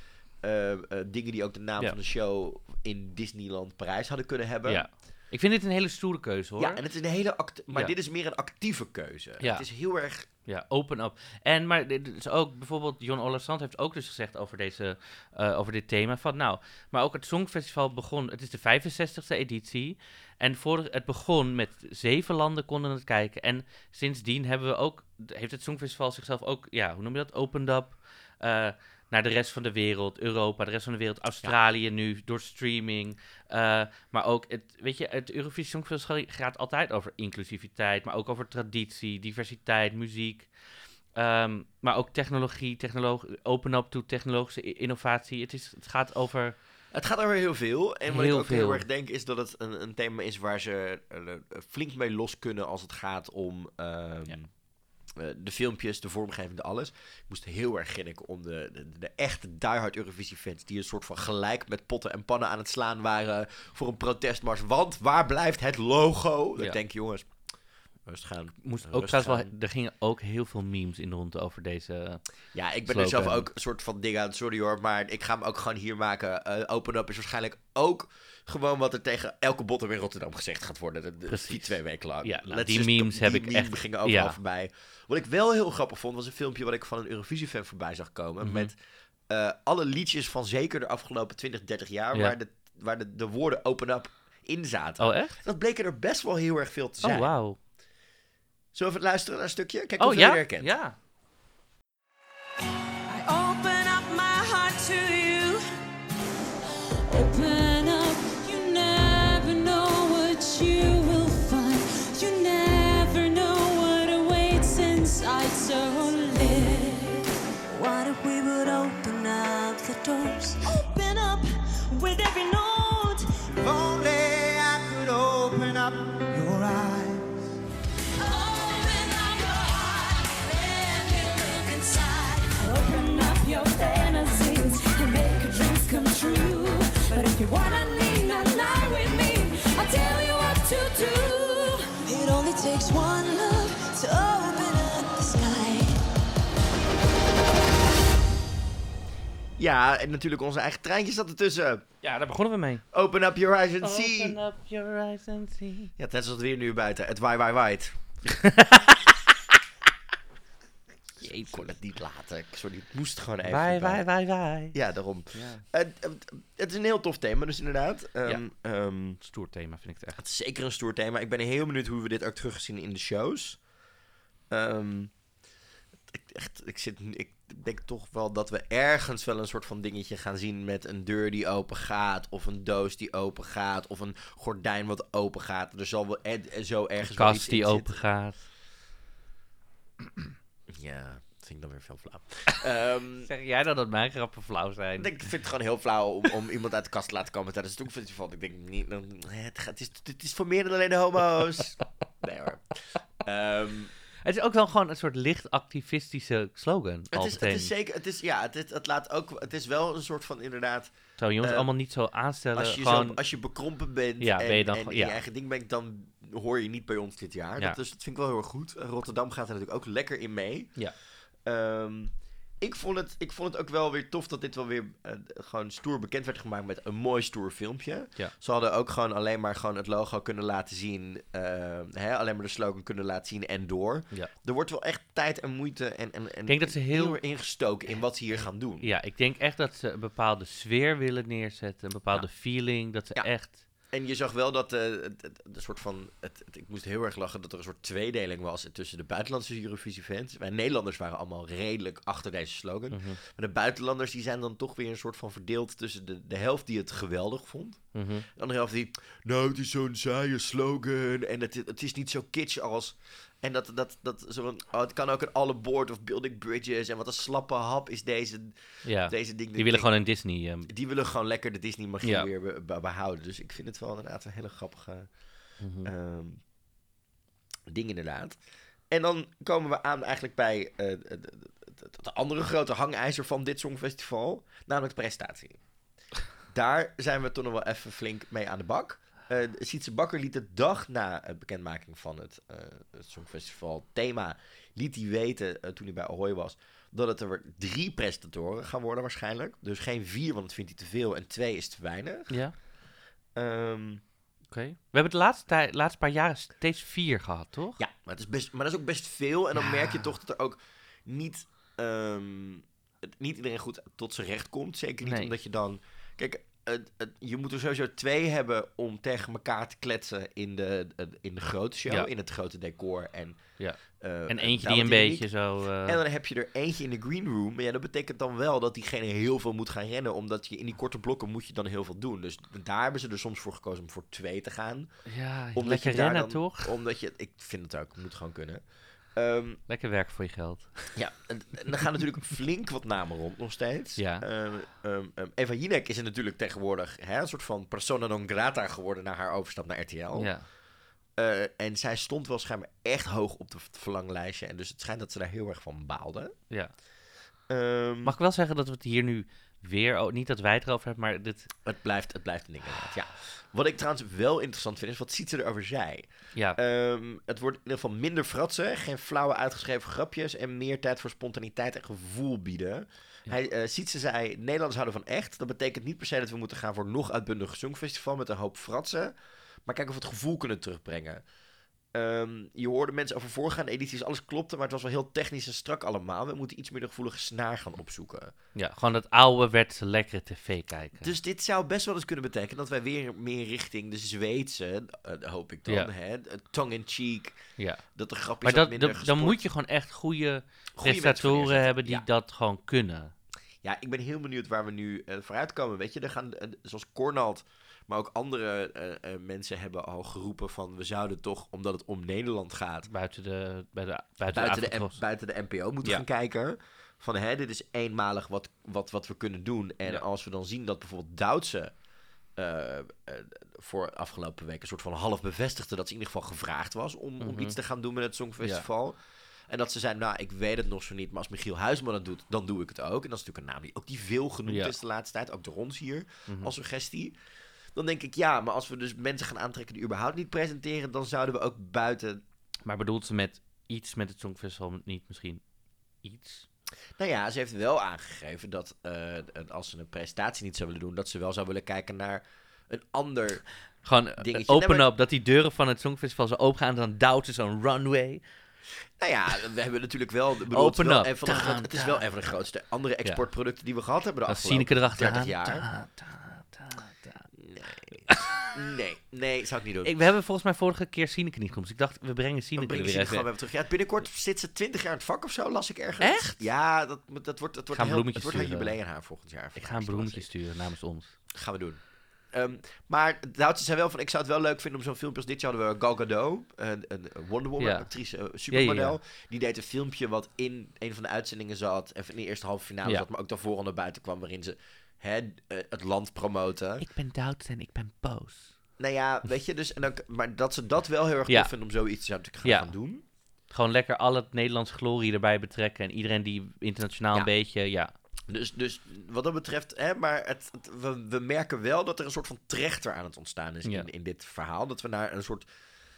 uh, uh, dingen die ook de naam ja. van de show in Disneyland Parijs hadden kunnen hebben. Ja. Ik vind dit een hele stoere keuze, hoor. Ja, en het is een hele act- maar ja. dit is meer een actieve keuze. Ja. Het is heel erg... Ja, open up. En, maar dit is ook, bijvoorbeeld, Jon Olassand heeft ook dus gezegd over, deze, uh, over dit thema, van nou, maar ook het Songfestival begon, het is de vijfenzestigste editie, en voor het begon met zeven landen konden het kijken, en sindsdien hebben we ook, heeft het Songfestival zichzelf ook, ja, hoe noem je dat, opened up, uh, naar de rest van de wereld, Europa, de rest van de wereld, Australië ja. nu, door streaming. Uh, maar ook, het, weet je, het Eurovisie Songfestival gaat altijd over inclusiviteit, maar ook over traditie, diversiteit, muziek. Um, maar ook technologie, technoloog, open up to technologische innovatie. Het, is, het gaat over... Het gaat over heel veel. En wat heel ik ook veel. heel erg denk, is dat het een, een thema is waar ze uh, flink mee los kunnen als het gaat om... Um, ja. Uh, de filmpjes, de vormgeving, de alles. Ik moest heel erg grinniken om de, de, de echte diehard Eurovisie-fans... die een soort van gelijk met potten en pannen aan het slaan waren... voor een protestmars. Want waar blijft het logo? Ja. Ik denk, jongens, rustig gaan. Moest ook gaan. Wel, er gingen ook heel veel memes in de rond over deze Ja, ik ben slogan. er zelf ook een soort van ding aan. Sorry hoor, maar ik ga hem ook gewoon hier maken. Uh, Open Up is waarschijnlijk ook... gewoon wat er tegen elke bottom in Rotterdam gezegd gaat worden. De, de, die twee weken lang. Ja, nou, die memes just, heb die ik memes echt... gingen overal ja. voorbij. Wat ik wel heel grappig vond, was een filmpje wat ik van een Eurovisie-fan voorbij zag komen. Mm-hmm. Met uh, alle liedjes van zeker de afgelopen twintig, dertig jaar... Ja. waar, de, waar de, de woorden Open Up in zaten. Oh, echt? Dat bleken er best wel heel erg veel te zijn. Oh, wauw. Zullen we even luisteren naar een stukje? Kijk oh, of je ja? het herkent. Ja. I open up my heart to you. Open up. Open up with every note. If only I could open up your eyes. Open up your heart, let me look inside. Open up your fantasies and make your dreams come true. But if you wanna lean a line with me, I'll tell you what to do. It only takes one look to open up the sky. Ja, en natuurlijk onze eigen treintje zat ertussen. Ja, daar begonnen we mee. Open up your eyes and see. Open up your eyes and see. Ja, net zoals het weer nu buiten. Het waai, waai, waait. Jeetje. Ik kon het niet laten. Sorry, het moest gewoon even. Waai, waai, waai, waai. Ja, daarom. Ja. Uh, uh, het is een heel tof thema, dus inderdaad. Um, ja. um, stoer thema vind ik het echt. Het is zeker een stoer thema. Ik ben heel benieuwd hoe we dit ook terug zien in de shows. Um, ik, echt, ik, zit, ik denk toch wel dat we ergens wel een soort van dingetje gaan zien met een deur die open gaat, of een doos die open gaat, of een gordijn wat open gaat. Er zal wel ed, zo ergens een wel kast iets die in open zitten. gaat. Ja, dat vind ik dan weer veel flauw. um, zeg jij dan dat mijn grappen flauw zijn? Ik denk, vind het gewoon heel flauw om, om iemand uit de kast te laten komen tijdens het Songfestival. Ik denk niet, het, gaat, het, is, het is voor meer dan alleen de homo's. Nee hoor. Um, Het is ook wel gewoon een soort licht activistische slogan. Het is, het is zeker, het is, ja, het, het, het laat ook, het is wel een soort van inderdaad... Zou jongens uh, allemaal niet zo aanstellen. Als je, gewoon... zo, als je bekrompen bent ja, en, ben je dan, en in ja. je eigen ding bent, dan hoor je niet bij ons dit jaar. Ja. Dat, dus, dat vind ik wel heel erg goed. Rotterdam gaat er natuurlijk ook lekker in mee. Ja. Um, ik, vond het, ik vond het ook wel weer tof dat dit wel weer uh, gewoon stoer bekend werd gemaakt met een mooi stoer filmpje. Ja. Ze hadden ook gewoon alleen maar gewoon het logo kunnen laten zien. Uh, hè, alleen maar de slogan kunnen laten zien en door. Ja. Er wordt wel echt tijd en moeite en, en, en ik denk dat ze heel... heel ingestoken in wat ze hier gaan doen. Ja, ik denk echt dat ze een bepaalde sfeer willen neerzetten. Een bepaalde ja. feeling. Dat ze ja. echt... En je zag wel dat uh, het, het, het, soort van, het, het, ik moest heel erg lachen dat er een soort tweedeling was tussen de buitenlandse Eurovisie-fans. Wij Nederlanders waren allemaal redelijk achter deze slogan. Mm-hmm. Maar de buitenlanders die zijn dan toch weer een soort van verdeeld tussen de, de helft die het geweldig vond. Mm-hmm. De andere helft die, nou het is zo'n saaie slogan en het, het is niet zo kitsch als... En dat, dat, dat zo van, oh, het kan ook een alle board of building bridges. En wat een slappe hap is deze, ja, deze ding. Die willen ding. gewoon een Disney. Um... Die willen gewoon lekker de Disney magie ja. weer be- be- behouden. Dus ik vind het wel inderdaad een hele grappige mm-hmm. um, ding inderdaad. En dan komen we aan eigenlijk bij uh, de, de, de, de andere grote hangijzer van dit Songfestival. Namelijk de prestatie. Daar zijn we toch nog wel even flink mee aan de bak. Uh, Sietse Bakker liet de dag na de bekendmaking van het, uh, het Songfestival thema, liet hij weten uh, toen hij bij Ahoy was, dat het er weer drie presentatoren gaan worden waarschijnlijk. Dus geen vier, want dat vindt hij te veel. En twee is te weinig. Ja, Ehm, oké. We hebben de laatste, tij- laatste paar jaren steeds vier gehad, toch? ja, maar, het is best, maar dat is ook best veel. En dan Ja. merk je toch dat er ook niet, ehm, het, niet iedereen goed tot zijn recht komt. Zeker niet Nee. omdat je dan... Kijk, het, het, je moet er sowieso twee hebben om tegen elkaar te kletsen in de, in de grote show. Ja. In het grote decor. En, Ja. eh, En eentje daar die een wat dynamiek. beetje zo... eh, En dan heb je er eentje in de green room. Maar ja, dat betekent dan wel dat diegene heel veel moet gaan rennen. Omdat je in die korte blokken moet je dan heel veel doen. Dus daar hebben ze er soms voor gekozen om voor twee te gaan. ja, Omdat lekker je daar rennen, dan- toch? Omdat je... Ik vind het ook, moet gewoon kunnen. Ehm, Lekker werken voor je geld. ja, en, en er gaan natuurlijk flink wat namen rond nog steeds. Ja. Ehm, ehm, ehm, Eva Jinek is er natuurlijk tegenwoordig hè, een soort van persona non grata geworden na haar overstap naar R T L. Ja. Eh, en zij stond wel schijnbaar echt hoog op het verlanglijstje. En dus het schijnt dat ze daar heel erg van baalde. ja. Ehm, Mag ik wel zeggen dat we het hier nu weer... Oh, niet dat wij het erover hebben, maar dit... Het blijft, het blijft een ding inderdaad, ja. Wat ik trouwens wel interessant vind, is wat Sietse erover zei. Ja, Ehm, het wordt in ieder geval minder fratsen, geen flauwe uitgeschreven grapjes en meer tijd voor spontaniteit en gevoel bieden. Ja. Hij, eh Sietse zei, Nederlanders houden van echt. Dat betekent niet per se dat we moeten gaan voor een nog uitbundig songfestival met een hoop fratsen. Maar kijk of we het gevoel kunnen terugbrengen. Ehm, je hoorde mensen over voorgaande edities, alles klopte, maar het was wel heel technisch en strak allemaal. We moeten iets meer de gevoelige snaar gaan opzoeken. ja, gewoon dat ouderwetse lekkere tv kijken. Dus dit zou best wel eens kunnen betekenen dat wij weer meer richting de Zweedse, eh, hoop ik dan, Ja. hè, tongue-in-cheek, ja. dat de grapjes Maar wat dat, minder dat- dan gesport- moet je gewoon echt goede Goeie mensen presentatoren neerzetten. hebben die Ja. dat gewoon kunnen. Ja, ik ben heel benieuwd waar we nu uh, vooruit komen. Weet je, er gaan, eh, zoals Cornald, maar ook andere eh, eh, mensen hebben al geroepen van we zouden toch, omdat het om Nederland gaat, Buiten de, bij de, buiten buiten de, de, M- avondtros. buiten de N P O moeten Ja. gaan kijken. Van hè, dit is eenmalig wat, wat, wat we kunnen doen. En Ja. als we dan zien dat bijvoorbeeld Duitse eh, eh, voor afgelopen week een soort van half bevestigde dat ze in ieder geval gevraagd was om, om Mhm. iets te gaan doen met het Songfestival. En dat ze zei, nou, ik weet het nog zo niet, maar als Michiel Huisman het doet, dan doe ik het ook. En dat is natuurlijk een naam die ook die veel genoemd Ja. is de laatste tijd. Ook de Rons hier Mhm. als suggestie. Dan denk ik, ja, maar als we dus mensen gaan aantrekken die überhaupt niet presenteren, dan zouden we ook buiten... Maar bedoelt ze met iets met het Songfestival niet misschien iets? Nou ja, ze heeft wel aangegeven dat eh, als ze een presentatie niet zou willen doen, dat ze wel zou willen kijken naar een ander... Gewoon eh, Dingetje. open Nee, maar- up, dat die deuren van het Songfestival zo open gaan en dan duwt ze zo'n runway. Nou ja, we hebben natuurlijk wel... bedoel, Open het is wel up. een van de Ta- groot- het is wel ta- een van de grootste andere exportproducten die we gehad hebben de Dan afgelopen Sineke erachteraan. dertig jaar. Ta- ta- ta- ta. Nee. nee, nee, zou ik niet doen. Ik, we hebben volgens mij vorige keer Sineke niet genoemd. Dus ik dacht, we brengen Dan Sineke breng er je weer ze gewoon even. weer terug. Ja, binnenkort zit ze twintig jaar in het vak of zo, las ik ergens. Echt? Ja, dat, moet- dat wordt, dat wordt, Ga een heel, het bloemetje wordt haar sturen. jubileum haar volgend jaar. Ik ga een bloemetje sturen namens ons. Gaan we doen. Ehm, maar de Duitsers zei wel van, ik zou het wel leuk vinden om zo'n filmpje als dit. jaar hadden we Gal Gadot, een, een Wonder Woman, Ja. actrice, eh, supermodel. Ja, ja, Die deed een filmpje wat in een van de uitzendingen zat, even in de eerste halve finale Ja. zat, maar ook daarvoor al naar buiten kwam, waarin ze hè, eh, het land promoten. Ik ben Duits en ik ben boos. Nou ja, weet je, dus, en dan, maar dat ze dat wel heel erg Ja. tof vinden om zoiets te gaan, Ja. gaan doen. Gewoon lekker al het Nederlandse glorie erbij betrekken. En iedereen die internationaal Ja. een beetje, ja. Dus, dus wat dat betreft, hè, maar het, het- we, we merken wel dat er een soort van trechter aan het ontstaan is Ja. in, in dit verhaal. Dat we naar een soort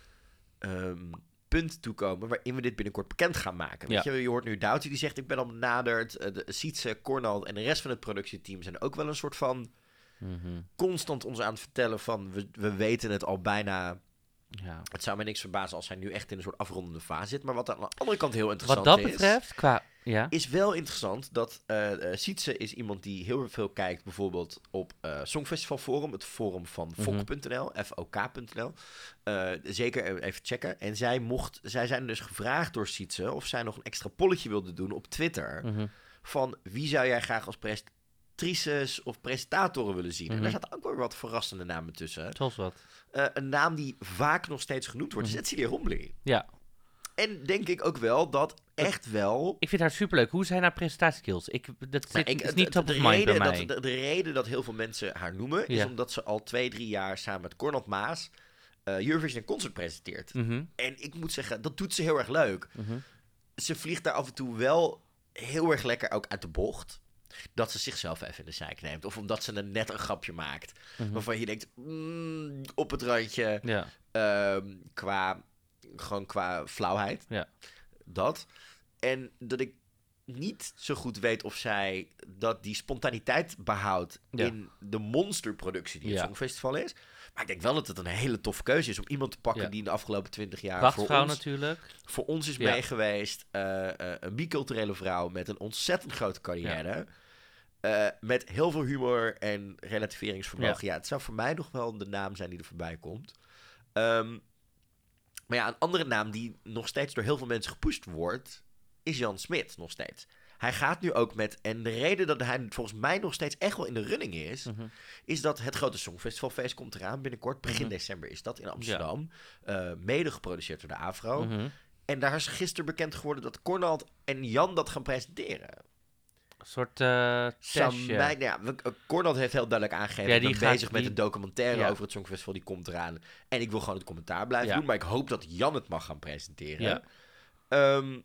ehm, punt toe komen waarin we dit binnenkort bekend gaan maken. Weet Ja. je, je hoort nu Douty die zegt ik ben al benaderd. Uh, de Sietse, Cornald en de rest van het productieteam zijn ook wel een soort van Mhm. constant ons aan het vertellen van we, we weten het al bijna. ja. Het zou mij niks verbazen als hij nu echt in een soort afrondende fase zit. Maar wat aan de andere kant heel interessant Wat dat is... betreft, qua... Ja. is wel interessant dat eh eh, Sietse is iemand die heel veel kijkt bijvoorbeeld op eh Songfestival Forum, het forum van Mhm. fok punt n l, f o k punt n l. Eh, zeker even checken. En zij, mocht, zij zijn dus gevraagd door Sietse of zij nog een extra polletje wilde doen op Twitter Mhm. van wie zou jij graag als presentatrices of presentatoren willen zien. En Mhm. daar zaten ook wel weer wat verrassende namen tussen. Zoals wat. Eh, een naam die vaak nog steeds genoemd wordt, Mhm. is Cecilia Rombly. Ja. En denk ik ook wel dat echt wel... Ik vind haar superleuk. Hoe zijn haar presentatieskills? Ik, dat zit, Maar ik- is het- niet het- top de of mind bij reden mij. dat, de, de reden dat heel veel mensen haar noemen, is Ja. omdat ze al twee, drie jaar samen met Cornald Maas eh Eurovision Concert presenteert. Mhm. En ik moet zeggen, dat doet ze heel erg leuk. Mhm. Ze vliegt daar af en toe wel heel erg lekker ook uit de bocht. Dat ze zichzelf even in de zeik neemt. Of omdat ze een net een grapje maakt. Mhm. Waarvan je denkt, mm, op het randje, Ja. ehm, qua, gewoon qua flauwheid. Ja. Dat. En dat ik niet zo goed weet of zij dat die spontaniteit behoudt Ja. in de monsterproductie die het Ja. Songfestival is. Maar ik denk wel dat het een hele toffe keuze is om iemand te pakken Ja. die in de afgelopen twintig jaar voor Prachtvrouw ons, natuurlijk. voor ons is Ja. meegeweest. Uh, uh, een biculturele vrouw met een ontzettend grote carrière. Uh, met heel veel humor en relativeringsvermogen. Ja. ja, het zou voor mij nog wel de naam zijn die er voorbij komt. Um, maar ja, een andere naam die nog steeds door heel veel mensen gepusht wordt, is Jan Smit nog steeds. Hij gaat nu ook met, en de reden dat hij volgens mij nog steeds echt wel in de running is, Mm-hmm. is dat het grote Songfestivalfeest komt eraan binnenkort. Begin Mm-hmm. december is dat in Amsterdam. Ja. Uh, mede geproduceerd door de Afro. Mm-hmm. En daar is gisteren bekend geworden dat Cornald en Jan dat gaan presenteren. Een soort uh, testje. Mij, nou ja, Cornald heeft heel duidelijk aangegeven, Ja, ik ben gaat, bezig met die... een documentaire ja. over het Songfestival, die komt eraan. En ik wil gewoon het commentaar blijven ja. doen, maar ik hoop dat Jan het mag gaan presenteren. Ja. Um,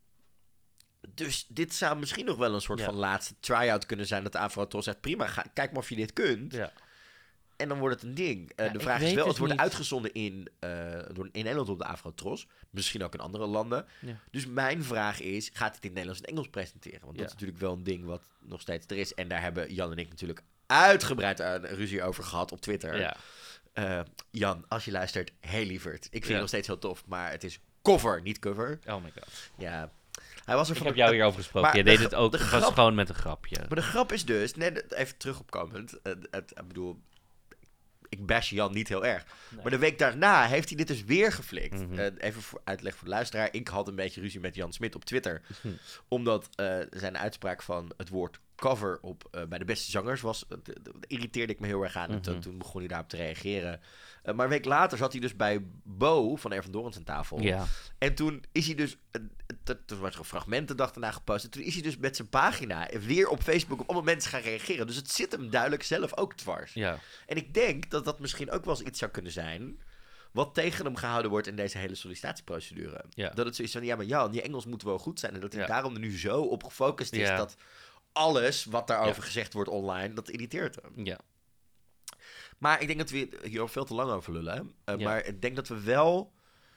dus dit zou misschien nog wel een soort ja. van laatste try-out kunnen zijn, dat de Afro-Tros zegt, prima, ga, kijk maar of je dit kunt. Ja. En dan wordt het een ding. Uh, ja, de vraag is wel, het, het wordt niet. uitgezonden in, uh, door, in Nederland op de Afro-Tros. Misschien ook in andere landen. Ja. Dus mijn vraag is, gaat het in het Nederlands en Engels presenteren? Want ja. dat is natuurlijk wel een ding wat nog steeds er is. En daar hebben Jan en ik natuurlijk uitgebreid uh, ruzie over gehad op Twitter. Ja. Uh, Jan, als je luistert, heel lieverd. Ik vind ja. het nog steeds heel tof, maar het is cover, niet cover. Oh my god. Ja. Hij was er ik van heb de, jou hierover gesproken. Je deed het ook, het was gewoon met een grapje. Maar de grap is dus, net even terugopkomend, uh, het, ik bedoel, ik bash Jan niet heel erg. Nee. Maar de week daarna heeft hij dit dus weer geflikt. Mm-hmm. Uh, even voor uitleg voor de luisteraar. Ik had een beetje ruzie met Jan Smit op Twitter. Mm-hmm. Omdat uh, zijn uitspraak van het woord cover op, uh, bij de beste zangers was. Uh, irriteerde ik me heel erg aan. Mm-hmm. En toen begon hij daarop te reageren. Uh, maar een week later zat hij dus bij Bo van Ervan Dorens aan tafel. Ja. En toen is hij dus... Uh, toen was er een fragment de dag daarna gepost. En toen is hij dus met zijn pagina weer op Facebook op allemaal mensen gaan reageren. Dus het zit hem duidelijk zelf ook dwars. Ja. En ik denk dat dat misschien ook wel eens iets zou kunnen zijn wat tegen hem gehouden wordt in deze hele sollicitatieprocedure. Ja. Dat het zoiets van, ja, maar Jan, je Engels moet wel goed zijn. En dat hij ja. daarom er nu zo op gefocust is ja. dat alles wat daarover ja. gezegd wordt online, dat irriteert hem. Ja. Maar ik denk dat we hier veel te lang over lullen. Uh, ja. Maar ik denk dat we wel...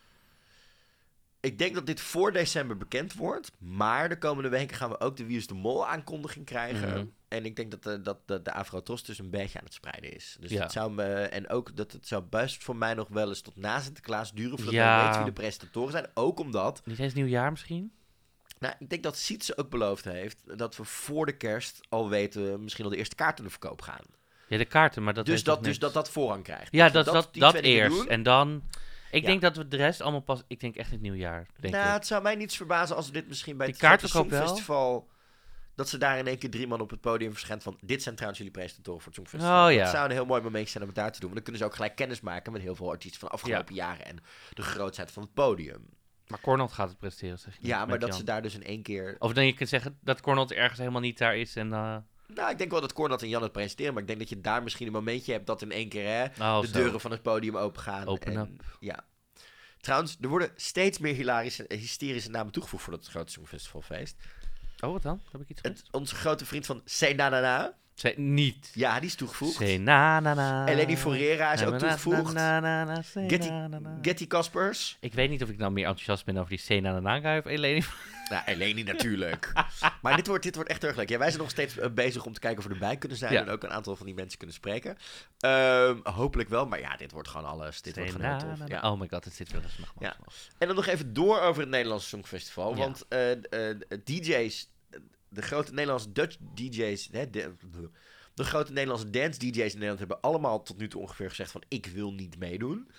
Ik denk dat dit voor december bekend wordt. Maar de komende weken gaan we ook de Wie is de Mol aankondiging krijgen. Mm-hmm. En ik denk dat de, dat de, de Afro-Tros dus een beetje aan het spreiden is. Dus ja. dat zou me... En ook dat het zou best voor mij nog wel eens tot na Sinterklaas duren voordat ja. we weten wie de presentatoren zijn. Ook omdat... Niet eens nieuwjaar misschien? Nou, ik denk dat Sietse ook beloofd heeft dat we voor de kerst al weten, misschien al de eerste kaarten in de verkoop gaan. Ja, de kaarten, maar dat dus dat, dus dat dat voorrang krijgt. Ja, dat dat, dat, dat eerst. Doen. En dan... Ik ja. denk dat we de rest allemaal pas... Ik denk echt het nieuwjaar. Denk nou, ik. Het zou mij niets verbazen als we dit misschien bij die het Songfestival... dat ze daar in één keer drie man op het podium verschijnt van... dit zijn trouwens jullie presentatoren voor het Songfestival. Oh, ja. Dat zou een heel mooi momentje zijn om het daar te doen. Want dan kunnen ze ook gelijk kennis maken met heel veel artiesten van de afgelopen ja. jaren... en de grootheid van het podium. Maar Cornald gaat het presenteren, zeg je. Ja, maar dat Jan. Ze daar dus in één keer... Of dan je kunt zeggen dat Cornald ergens helemaal niet daar is en... Uh... Nou, ik denk wel dat Cornald en Jan het presenteren... maar ik denk dat je daar misschien een momentje hebt... dat in één keer hè, oh, de zo. deuren van het podium open gaan. Open en, up. Ja. Trouwens, er worden steeds meer hilarische, hysterische namen toegevoegd... voor het grote Songfestivalfeest. Oh, wat dan? Heb ik iets het, Onze grote vriend van Senanana... Zij niet. Ja, die is toegevoegd. Senanana. Eleni Forera is ook toegevoegd. Na, Getty, Getty Caspers. Ik weet niet of ik nou meer enthousiast ben over die Senanana of Eleni. Nou, Eleni natuurlijk. Maar dit wordt, dit wordt echt erg leuk. Ja, wij zijn nog steeds uh, bezig om te kijken of we erbij kunnen zijn. Ja. En ook een aantal van die mensen kunnen spreken. Um, hopelijk wel. Maar ja, dit wordt gewoon alles. Dit wordt gewoon heel tof. Ja. Oh my god, het zit wel eens nog ja. En dan nog even door over het Nederlandse Songfestival. Ja. Want uh, uh, D J's... De grote Nederlandse Dutch D J's, hè, de, de grote Nederlandse dance D J's in Nederland hebben allemaal tot nu toe ongeveer gezegd van ik wil niet meedoen.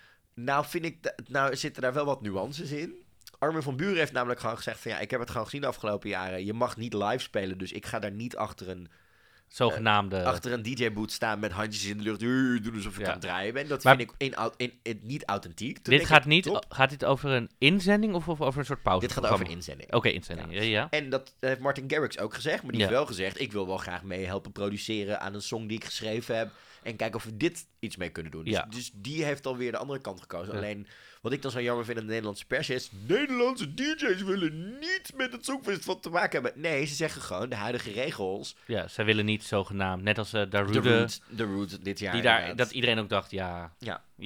Nou vind ik, nou zitten daar wel wat nuances in. Armin van Buuren heeft namelijk gewoon gezegd van ja, ik heb het gewoon gezien de afgelopen jaren. Je mag niet live spelen, dus ik ga daar niet achter een zogenaamde... Uh, achter een D J-boot staan met handjes in de lucht. Uh, doen alsof ik ja. aan het draaien ben. Dat maar vind ik in, in, in, niet authentiek. Toen dit gaat, ik, niet, gaat dit over een inzending of, of over een soort pauze? Dit gaat over een inzending. Oké, okay, inzending. Ja. Ja, ja. En dat heeft Martin Garrix ook gezegd. Maar die ja. heeft wel gezegd, ik wil wel graag mee helpen produceren aan een song die ik geschreven heb. En kijken of we dit iets mee kunnen doen. Dus, ja. dus die heeft alweer de andere kant gekozen. Ja. Alleen, wat ik dan zo jammer vind aan de Nederlandse pers is... Nederlandse D J's willen niets met het Songfestival te maken hebben. Nee, ze zeggen gewoon de huidige regels. Ja, zij willen niet zogenaamd. Net als uh, Darude. De Root, de Root dit jaar. Die daar, dat iedereen ook dacht, ja... Ja. ja.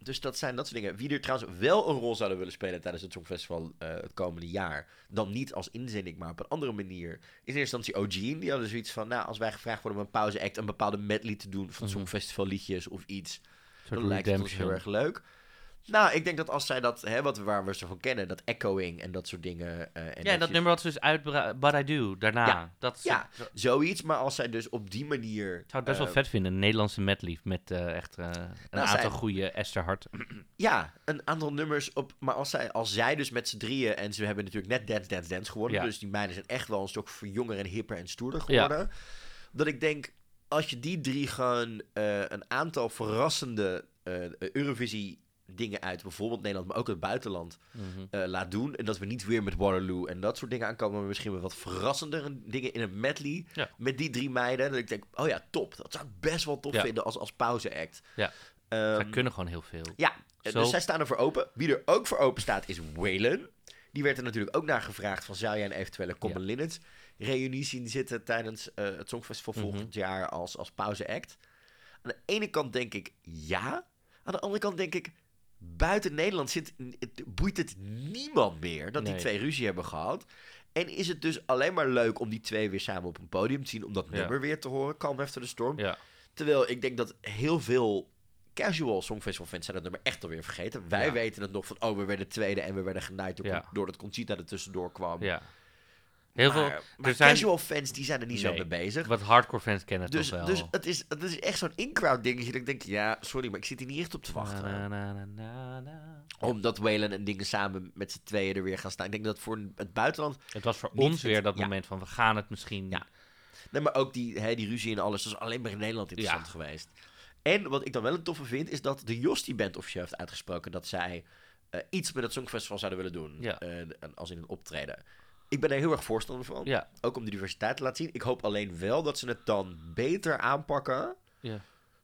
dus dat zijn dat soort dingen. Wie er trouwens wel een rol zouden willen spelen tijdens het Songfestival uh, het komende jaar, dan niet als inzending, maar op een andere manier, is in eerste instantie O G. Die hadden zoiets van, nou, als wij gevraagd worden om een pauze-act, een bepaalde medley te doen van Mhm. Songfestival liedjes of iets, Soort dan lijkt het ons redemption. heel erg leuk. Nou, ik denk dat als zij dat, hè, wat, waar we ze van kennen, dat echoing en dat soort dingen. Uh, en Ja, dat je- nummer wat ze dus uitbra- But I Do, daarna. Ja. Dat is- Ja, zoiets, maar als zij dus op die manier... Ik zou het best wel uh, vet vinden, een Nederlandse medley met eh, echt eh, een Nou, aantal zij- goede Esther Hart. Ja, een aantal nummers op. Maar als zij, als zij dus met z'n drieën. En ze hebben natuurlijk net Dance Dance Dance gewonnen. Ja. Dus die meiden zijn echt wel een stuk jonger en hipper en stoerder geworden. Dat ik denk, als je die drie gewoon uh, een aantal verrassende uh, Eurovisie dingen uit bijvoorbeeld Nederland, maar ook het buitenland Mhm. uh, laat doen. En dat we niet weer met Waterloo en dat soort dingen aankomen, maar misschien wel wat verrassendere dingen in een medley Ja. met die drie meiden. Dat ik denk, oh ja, top. Dat zou ik best wel tof Ja. vinden als, als pauze-act. Ja. Um, Zij kunnen gewoon heel veel. ja, eh, Zo- dus zij staan er voor open. Wie er ook voor open staat is Waylon. Die werd er natuurlijk ook naar gevraagd van, zou jij een eventuele Common Ja. Linnets reunie zien zitten tijdens uh, het Songfestival Mhm. volgend jaar als, als pauze-act? Aan de ene kant denk ik ja. Aan de andere kant denk ik, buiten Nederland zit, het, boeit het niemand meer dat die Nee. twee ruzie hebben gehad. En is het dus alleen maar leuk om die twee weer samen op een podium te zien, om dat Ja. nummer weer te horen, Calm After the Storm. Ja. Terwijl ik denk dat heel veel casual Songfestival fans zijn dat nummer echt alweer vergeten. Wij Ja. weten het nog van, oh, we werden tweede en we werden genaaid door, Ja. doordat Conchita er tussendoor kwam. ja. Heel maar veel, maar er zijn casual fans, die zijn er niet zo Nee. mee bezig. wat hardcore fans kennen het Dus, toch wel. dus het, is, het is echt zo'n in-crowd dingetje dat ik denk, ja, sorry, maar ik zit hier niet echt op te wachten. Na, na, na, na, na. Omdat Waylon en dingen samen met z'n tweeën er weer gaan staan. Ik denk dat voor het buitenland... Het was voor Niet ons weer het- dat ja. moment van, we gaan het misschien... Ja. Nee, maar ook die, hè, die ruzie en alles, dat is alleen maar in Nederland interessant Ja. geweest. En wat ik dan wel een toffe vind, is dat de Jostie Band officieel heeft uitgesproken dat zij eh, iets met het Songfestival zouden willen doen. Ja. eh, en als in een optreden. Ik ben er heel erg voorstander van. Ja. Ook om de diversiteit te laten zien. Ik hoop alleen wel dat ze het dan beter aanpakken Ja.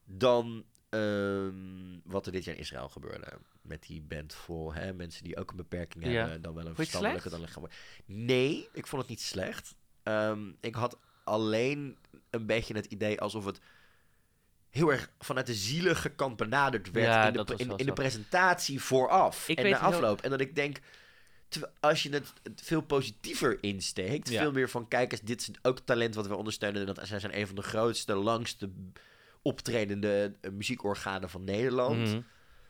dan ehm, wat er dit jaar in Israël gebeurde. Met die band vol hè, mensen die ook een beperking Ja. hebben. Dan wel een Vond je het verstandelijke. Dan een... Nee, ik vond het niet slecht. Ehm, ik had alleen een beetje het idee alsof het heel erg vanuit de zielige kant benaderd werd Ja, in, de, dat was in, wel in de zo. presentatie vooraf Ik en weet na heel- afloop. En dat ik denk, terwijl als je het het veel positiever insteekt, Ja. veel meer van, kijk eens, dit is ook talent wat we ondersteunen. En dat zij zijn een van de grootste, langste optredende eh, muziekorganen van Nederland. Mhm.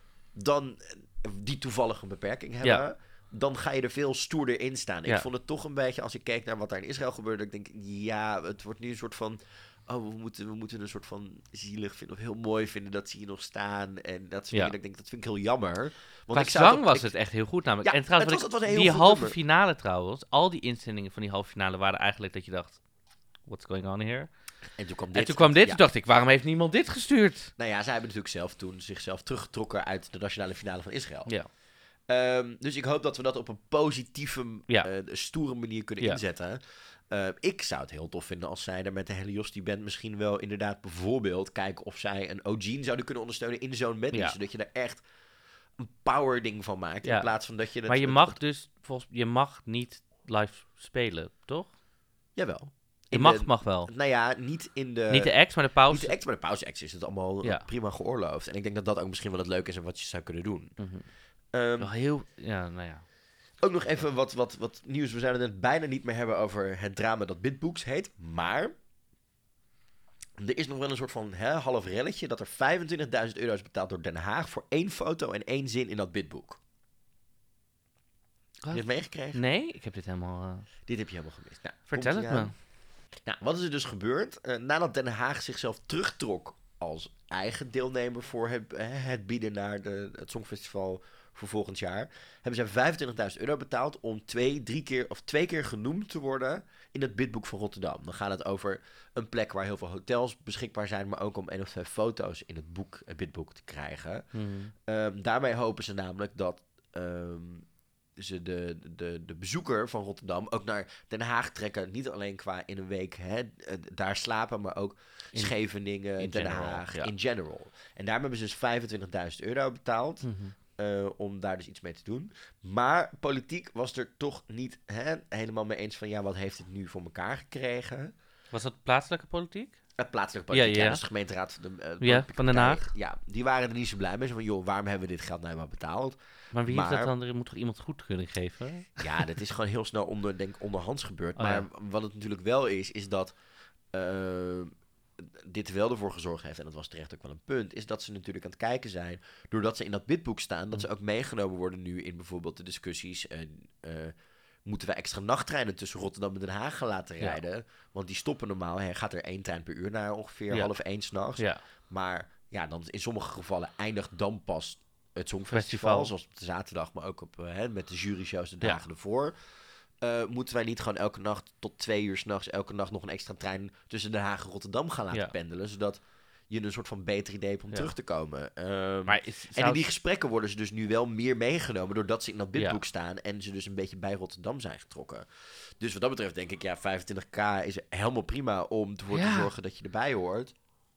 Dan, eh, die toevallig een beperking hebben. Ja. Dan ga je er veel stoerder in staan. Ja. Ik vond het toch een beetje, als ik keek naar wat daar in Israël gebeurde, dat ik denk, ja, het wordt nu een soort van, oh, we moeten, we moeten een soort van zielig vinden of heel mooi vinden dat ze hier nog staan. En dat soort Ja. dingen. Dat ik denk, dat vind ik heel jammer. Want Qua ik zou zang ook- was ik- het echt heel goed namelijk. Ja, en trouwens, het wat was- ik- het was een heel die goed halve nummer. finale trouwens, al die instellingen van die halve finale waren eigenlijk dat je dacht, what's going on here? En toen kwam dit. En toen kwam dit, Ja. toen dacht ik, waarom heeft niemand dit gestuurd? Nou ja, zij hebben natuurlijk zelf toen zichzelf teruggetrokken uit de nationale finale van Israël. Ja. Ehm, dus ik hoop dat we dat op een positieve, Ja. eh, stoere manier kunnen Ja. inzetten. Eh, ik zou het heel tof vinden als zij er met de hele Jostie Band misschien wel inderdaad bijvoorbeeld kijken of zij een O'Gene zouden kunnen ondersteunen in zo'n medley. Ja. Zodat je er echt een power ding van maakt. Ja. In plaats van dat je het... Maar je het- mag het- dus, volgens je mag niet live spelen, toch? Jawel. Je In mag, de- mag wel. Nou ja, niet in de... niet de acts, maar de pauze. Niet de act, maar de pauze-acts is het allemaal Ja. prima geoorloofd. En ik denk dat dat ook misschien wel het leuke is en wat je zou kunnen doen. Mhm. Ehm, Wel heel, ja, nou ja. Ook nog even wat, wat, wat nieuws. We zouden het bijna niet meer hebben over het drama dat Bitbooks heet. Maar er is nog wel een soort van hè, half relletje dat er vijfentwintigduizend euro is betaald door Den Haag voor één foto en één zin in dat Bitboek. Heb je het meegekregen? Nee, ik heb dit helemaal... eh, Dit heb je helemaal gemist. Nou, Vertel komt het ie me. aan. Nou, wat is er dus gebeurd? Eh, nadat Den Haag zichzelf terugtrok als eigen deelnemer voor het, eh, het bieden naar de, het Songfestival voor volgend jaar, hebben zij vijfentwintigduizend euro betaald om twee, drie keer of twee keer genoemd te worden in het bidboek van Rotterdam. Dan gaat het over een plek waar heel veel hotels beschikbaar zijn, maar ook om één of twee foto's in het boek, het bidboek te krijgen. mhm. Ehm, daarmee hopen ze namelijk dat ehm, ze de, de, de bezoeker van Rotterdam ook naar Den Haag trekken. Niet alleen qua in een week hè, eh, daar slapen, maar ook In- Scheveningen, in Den general, Haag, ja. in general. En daarom hebben ze dus vijfentwintigduizend euro betaald Mhm. eh, om daar dus iets mee te doen. Maar politiek was er toch niet hè, helemaal mee eens van ja, wat heeft het nu voor elkaar gekregen? Was dat plaatselijke politiek? Het plaatselijke politiek, Ja, ja. ja, dus de gemeenteraad van, de, uh, Ja, van Den Haag. partij, ja, die waren er niet zo blij mee. Zo van, joh, waarom hebben we dit geld nou maar betaald? Maar wie heeft dat Maar- dan? Er moet toch iemand goedkeuring geven? Ja, dat is gewoon heel snel onder, denk, ik, onderhands gebeurd. Oh, maar ja. wat het natuurlijk wel is, is dat uh, dit wel ervoor gezorgd heeft, en dat was terecht ook wel een punt, is dat ze natuurlijk aan het kijken zijn, doordat ze in dat bidboek staan, dat ze ook meegenomen worden nu in bijvoorbeeld de discussies. Uh, uh, moeten we extra nachttreinen tussen Rotterdam en Den Haag gaan laten Ja. rijden? Want die stoppen normaal. Hè, gaat er één trein per uur naar ongeveer Ja. half één s'nachts. Ja. Maar ja, dan in sommige gevallen eindigt dan pas het Songfestival. Festival. Zoals op de zaterdag, maar ook op, uh, hè, met de juryshows de Ja. dagen ervoor. Uh, moeten wij niet gewoon elke nacht tot twee uur s'nachts, elke nacht nog een extra trein tussen Den Haag en Rotterdam gaan laten Ja. pendelen? Zodat je een soort van beter idee hebt om Ja. terug te komen. Um, Maar is, en zou- in die gesprekken worden ze dus nu wel meer meegenomen, doordat ze in dat bidboek Ja. staan en ze dus een beetje bij Rotterdam zijn getrokken. Dus wat dat betreft denk ik, ja, vijfentwintig k is helemaal prima om ervoor Ja. te zorgen dat je erbij hoort.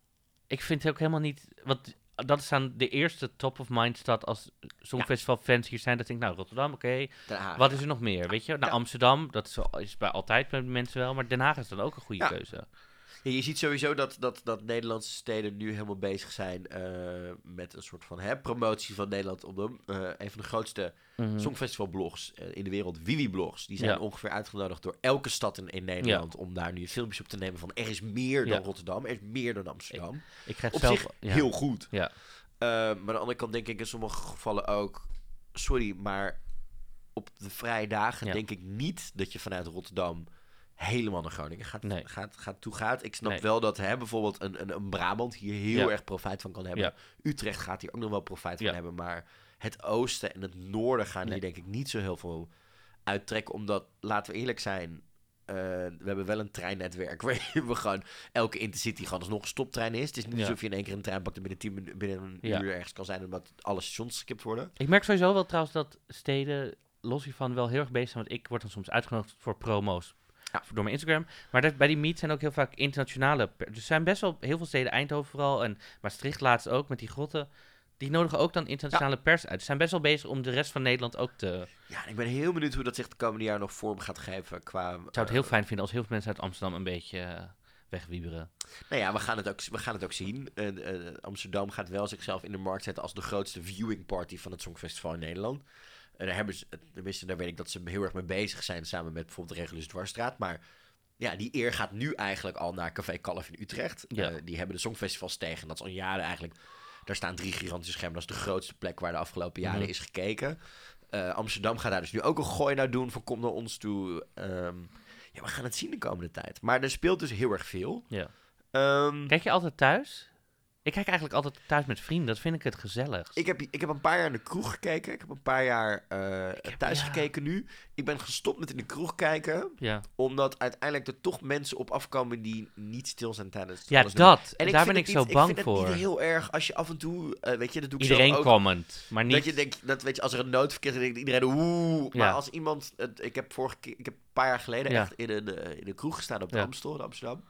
Ik vind het ook helemaal niet... Want dat is dan de eerste top of mind stad als Songfestival fans hier zijn. Dat denk ik, nou, Rotterdam, oké. Den Haag. Wat is er nog meer, weet je? Nou, Ja. Amsterdam, dat is, wel- is bij altijd met mensen wel. Maar Den Haag is dan ook een goede Ja. keuze. Ja, je ziet sowieso dat, dat, dat Nederlandse steden nu helemaal bezig zijn uh, met een soort van hè, promotie van Nederland op de, uh, een van de grootste Mhm. Songfestival-blogs uh, in de wereld, Wiwi-blogs. Die zijn Ja. ongeveer uitgenodigd door elke stad in, in Nederland om daar nu filmpjes op te nemen van er is meer dan Ja. Rotterdam, er is meer dan Amsterdam. Ik krijg Op zelf... zich ja. heel goed. Ja. Uh, maar aan de andere kant denk ik in sommige gevallen ook, sorry, maar op de vrije dagen Ja. denk ik niet dat je vanuit Rotterdam helemaal naar Groningen gaat, Nee. gaat, gaat toe gaat. Ik snap Nee. wel dat hè, bijvoorbeeld een, een, een Brabant hier heel Ja. erg profijt van kan hebben. Ja. Utrecht gaat hier ook nog wel profijt van Ja. hebben, maar het oosten en het noorden gaan Nee. hier denk ik niet zo heel veel uittrekken, omdat, laten we eerlijk zijn, uh, we hebben wel een treinnetwerk waar we gewoon elke intercity gewoon alsnog een stoptrein is. Het is niet Ja. alsof je in één keer een trein pakt en binnen, tien minu- binnen een Ja. uur ergens kan zijn omdat alle stations geskipt worden. Ik merk sowieso wel trouwens dat steden los hiervan wel heel erg bezig zijn. Want ik word dan soms uitgenodigd voor promo's Ja. door mijn Instagram. Maar dat, bij die meets zijn ook heel vaak internationale... per- Dus er zijn best wel heel veel steden, Eindhoven vooral en Maastricht laatst ook met die grotten. Die nodigen ook dan internationale pers uit. Ze zijn best wel bezig om de rest van Nederland ook te... Ja, en ik ben heel benieuwd hoe dat zich de komende jaar nog vorm gaat geven qua... Ik zou het heel fijn vinden als heel veel mensen uit Amsterdam een beetje uh, wegwieberen. Nou ja, we gaan het ook, we gaan het ook zien. Uh, uh, Amsterdam gaat wel zichzelf in de markt zetten als de grootste viewing party van het Songfestival in Nederland. En daar hebben ze, tenminste, daar weet ik dat ze heel erg mee bezig zijn, samen met bijvoorbeeld de Regulus Dwarsstraat. Maar ja, die eer gaat nu eigenlijk al naar Café Kalf in Utrecht. Ja. Uh, die hebben de Songfestivals tegen. Dat is al jaren eigenlijk... Daar staan drie gigantische schermen. Dat is de grootste plek waar de afgelopen jaren Mhm. is gekeken. Uh, Amsterdam gaat daar dus nu ook een gooi naar doen van kom naar ons toe. Um, ja, we gaan het zien de komende tijd. Maar er speelt dus heel erg veel. Ja. Um, Kijk je altijd thuis? Ik kijk eigenlijk altijd thuis met vrienden. Dat vind ik het gezelligst. Ik heb, ik heb een paar jaar in de kroeg gekeken. Ik heb een paar jaar uh, heb- thuis ja. gekeken nu. Ik ben gestopt met in de kroeg kijken. Ja, Omdat uiteindelijk er toch mensen op afkomen die niet stil zijn tijdens ja alles doen. dat. En Daar vind ben ik het zo niet, bang ik vind voor. het niet heel erg als je af en toe... Uh, weet je, dat doe ik Iedereen zelf ook. comment, maar niet... Dat je denkt, dat weet je, als er een nood verkeerd is, dan denkt iedereen oeh. Maar Ja. als iemand, het, ik heb vorige keer, ik heb een paar jaar geleden Ja. echt in een, uh, in een kroeg gestaan op de Ja. Amstel in Amsterdam.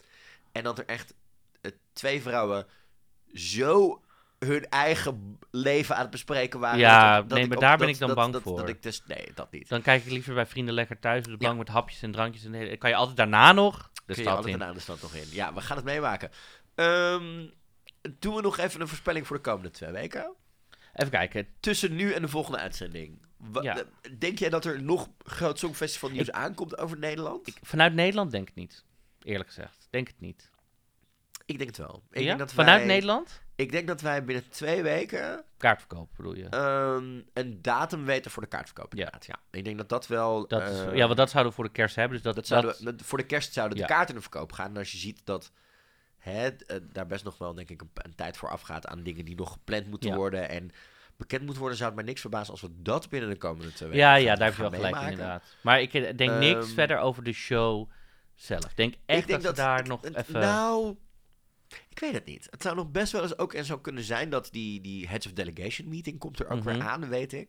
En dat er echt uh, twee vrouwen zo hun eigen leven aan het bespreken waren. Ja, dat, dat nee, ik maar op- daar dat- ben ik dan dat- bang dat- voor. Dat ik dus, nee, dat niet. Dan kijk ik liever bij vrienden lekker thuis op de bank Ja. met hapjes en drankjes. En de hele- kan je altijd daarna nog de Kun je stad altijd in. daarna de stad nog in. Ja, we gaan het meemaken. Um, doen we nog even een voorspelling voor de komende twee weken? Even kijken. Tussen nu en de volgende uitzending. Wa- Ja. de- Denk jij dat er nog groot Songfestival nieuws Ik- aankomt over Nederland? Ik, Ik, vanuit Nederland denk ik niet. Eerlijk gezegd. Denk het niet. denk het wel. Ik Ja? denk dat Vanuit wij, Nederland? Ik denk dat wij binnen twee weken Kaartverkoop bedoel je? um, een datum weten voor de kaartverkoop. Ja. inderdaad. Ja. Ik denk dat dat wel... Dat is, uh, ja, want dat zouden we voor de kerst hebben. Dus dat, dat dat, zouden we- voor de kerst zouden de Ja. kaarten in de verkoop gaan. En als je ziet dat hè, d- uh, daar best nog wel denk ik een, een tijd voor afgaat aan dingen die nog gepland moeten Ja. worden en bekend moeten worden, zou het mij niks verbazen als we dat binnen de komende twee weken ja, gaan- ja, daar heb je gaan wel gelijk in, meemaken. inderdaad. Maar ik eh, denk niks Ehm, verder over de show zelf. Ik denk echt Ik denk dat, ze daar ik- nog het- even... Nou, ik weet het niet. Het zou nog best wel eens ook en zo kunnen zijn dat die, die Heads of Delegation meeting komt er ook Mhm. weer aan, weet ik.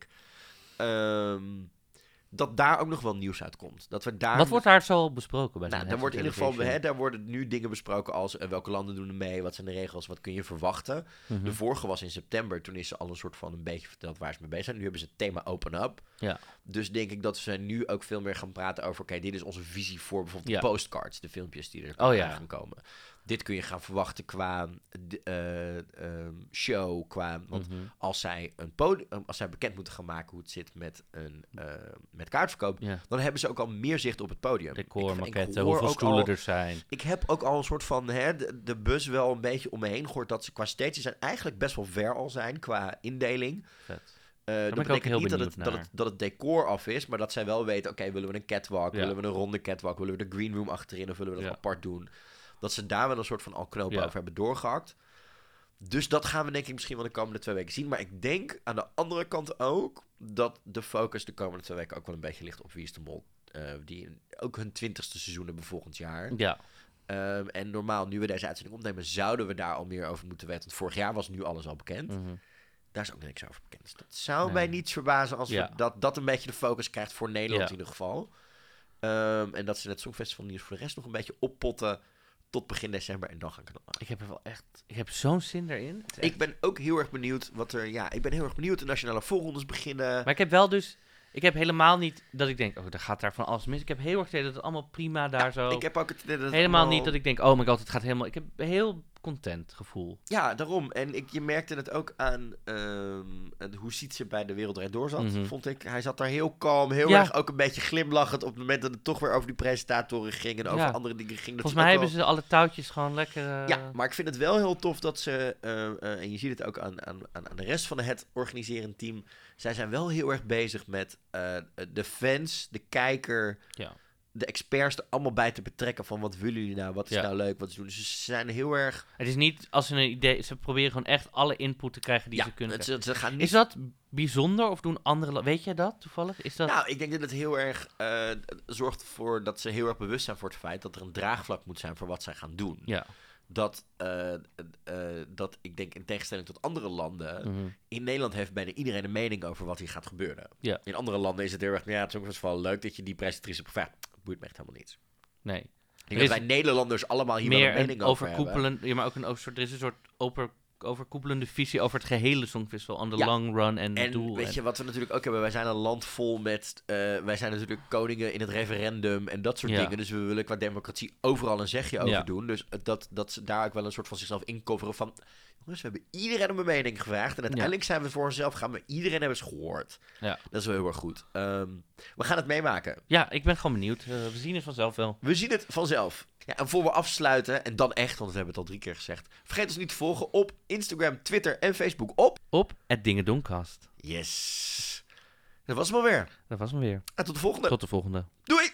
Ehm, dat daar ook nog wel nieuws uitkomt. Dat we daar Wat wordt daar zo besproken bij Nou, zo'n dan wordt in ieder geval, delegation? hè, daar worden nu dingen besproken als uh, welke landen doen er mee, wat zijn de regels, wat kun je verwachten. Mhm. De vorige was in september, toen is ze al een soort van een beetje verteld waar ze mee bezig zijn. Nu hebben ze het thema Open Up. Ja. Dus denk ik dat ze nu ook veel meer gaan praten over, oké, dit is onze visie voor bijvoorbeeld Ja. de postcards, de filmpjes die er Oh, ja. gaan komen. dit kun je gaan verwachten qua d- uh, um, show. Qua, want Mhm. als, zij een podium, als zij bekend moeten gaan maken hoe het zit met, een, uh, met kaartverkoop... Ja. dan hebben ze ook al meer zicht op het podium. Decor, Ik- ik maquette, hoor hoeveel ook stoelen al- er zijn. Ik heb ook al een soort van hè, de, de bus wel een beetje om me heen gehoord... dat ze qua stages zijn eigenlijk best wel ver al zijn qua indeling... Vet. Uh, ben dat ik ook betekent heel niet dat benieuwd het, dat, naar. het, dat het decor af is, maar dat zij wel weten... oké, willen we een catwalk, Ja. willen we een ronde catwalk... willen we de green room achterin of willen we dat Ja. apart doen... dat ze daar wel een soort van al knopen Ja. over hebben doorgehakt. Dus dat gaan we denk ik misschien wel de komende twee weken zien. Maar ik denk aan de andere kant ook... dat de focus de komende twee weken ook wel een beetje ligt op Wie is de Mol. Uh, die ook hun twintigste seizoen hebben volgend jaar. Ja. Um, en normaal, nu we deze uitzending opnemen... zouden we daar al meer over moeten weten. Want vorig jaar was nu alles al bekend... Mhm. Daar is ook niks over bekend. Dus dat zou Nee. mij niets verbazen als Ja. we dat, dat een beetje de focus krijgt voor Nederland Ja. in ieder geval. Um, en dat ze het Songfestival nieuws voor de rest nog een beetje oppotten tot begin december. En dan gaan knallen. Ik heb er wel echt... Ik heb zo'n zin erin. Het is echt- Ik ben ook heel erg benieuwd wat er... Ja, ik ben heel erg benieuwd. De nationale voorrondes beginnen. Maar ik heb wel dus... Ik heb helemaal niet dat ik denk... Oh, daar gaat daar van alles mis. Ik heb heel erg het idee dat het allemaal prima daar zo... Ik heb ook het idee dat het helemaal allemaal- niet dat ik denk... Oh my god, het gaat helemaal... Ik heb een heel content gevoel. Ja, daarom. En ik, je merkte het ook aan um, het- hoe Sietse bij de Wereld Draait Door zat, Mhm. vond ik. Hij zat daar heel kalm, heel Ja. erg ook een beetje glimlachend op het moment dat het toch weer over die presentatoren ging en over Ja. andere dingen ging. Dat Volgens ze mij ook hebben wel- ze alle touwtjes gewoon lekker... eh, Ja, maar ik vind het wel heel tof dat ze, uh, uh, en je ziet het ook aan, aan, aan de rest van het organiserend team, zij zijn wel heel erg bezig met uh, de fans, de kijker, Ja. de experts er allemaal bij te betrekken van wat willen jullie nou, wat is Ja. nou leuk, wat ze doen. Dus ze zijn heel erg... Het is niet als ze een idee... Ze proberen gewoon echt alle input te krijgen die ja, ze kunnen het, krijgen. ze, ze gaan niet... Is dat bijzonder of doen andere... la- Weet jij dat toevallig? Is dat... Nou, ik denk dat het heel erg uh, zorgt ervoor dat ze heel erg bewust zijn voor het feit dat er een draagvlak moet zijn voor wat zij gaan doen. Ja. Dat, uh, uh, dat ik denk in tegenstelling tot andere landen, Mhm. in Nederland heeft bijna iedereen een mening over wat hier gaat gebeuren. Ja. In andere landen is het heel erg, ja, het is ook wel leuk dat je die presentatrice profijt. Het boeit me echt helemaal niets. Nee. Ik Er denk is dat wij Nederlanders allemaal hier wel meer een mening een over hebben. overkoepelend... Ja, maar ook een over, soort... Er is een soort over, overkoepelende visie over het gehele Songfestival. On the Ja. long run en het En doel. weet en- je wat we natuurlijk ook hebben? Wij zijn een land vol met... uh, wij zijn natuurlijk koningen in het referendum en dat soort Ja. dingen. Dus we willen qua democratie overal een zegje over Ja. doen. Dus dat, dat ze daar ook wel een soort van zichzelf incoveren van... Jongens, we hebben iedereen om een mening gevraagd. En uiteindelijk zijn we voor onszelf gaan. Maar iedereen hebben ze gehoord. Ja. Dat is wel heel erg goed. Um, we gaan het meemaken. Ja, ik ben gewoon benieuwd. Uh, we zien het vanzelf wel. We zien het vanzelf. Ja, en voor we afsluiten, en dan echt, want we hebben het al drie keer gezegd. Vergeet ons niet te volgen op Instagram, Twitter en Facebook op... Op het Dingedonkast. Yes. Dat was hem alweer. Dat was hem weer. En tot de volgende. Tot de volgende. Doei!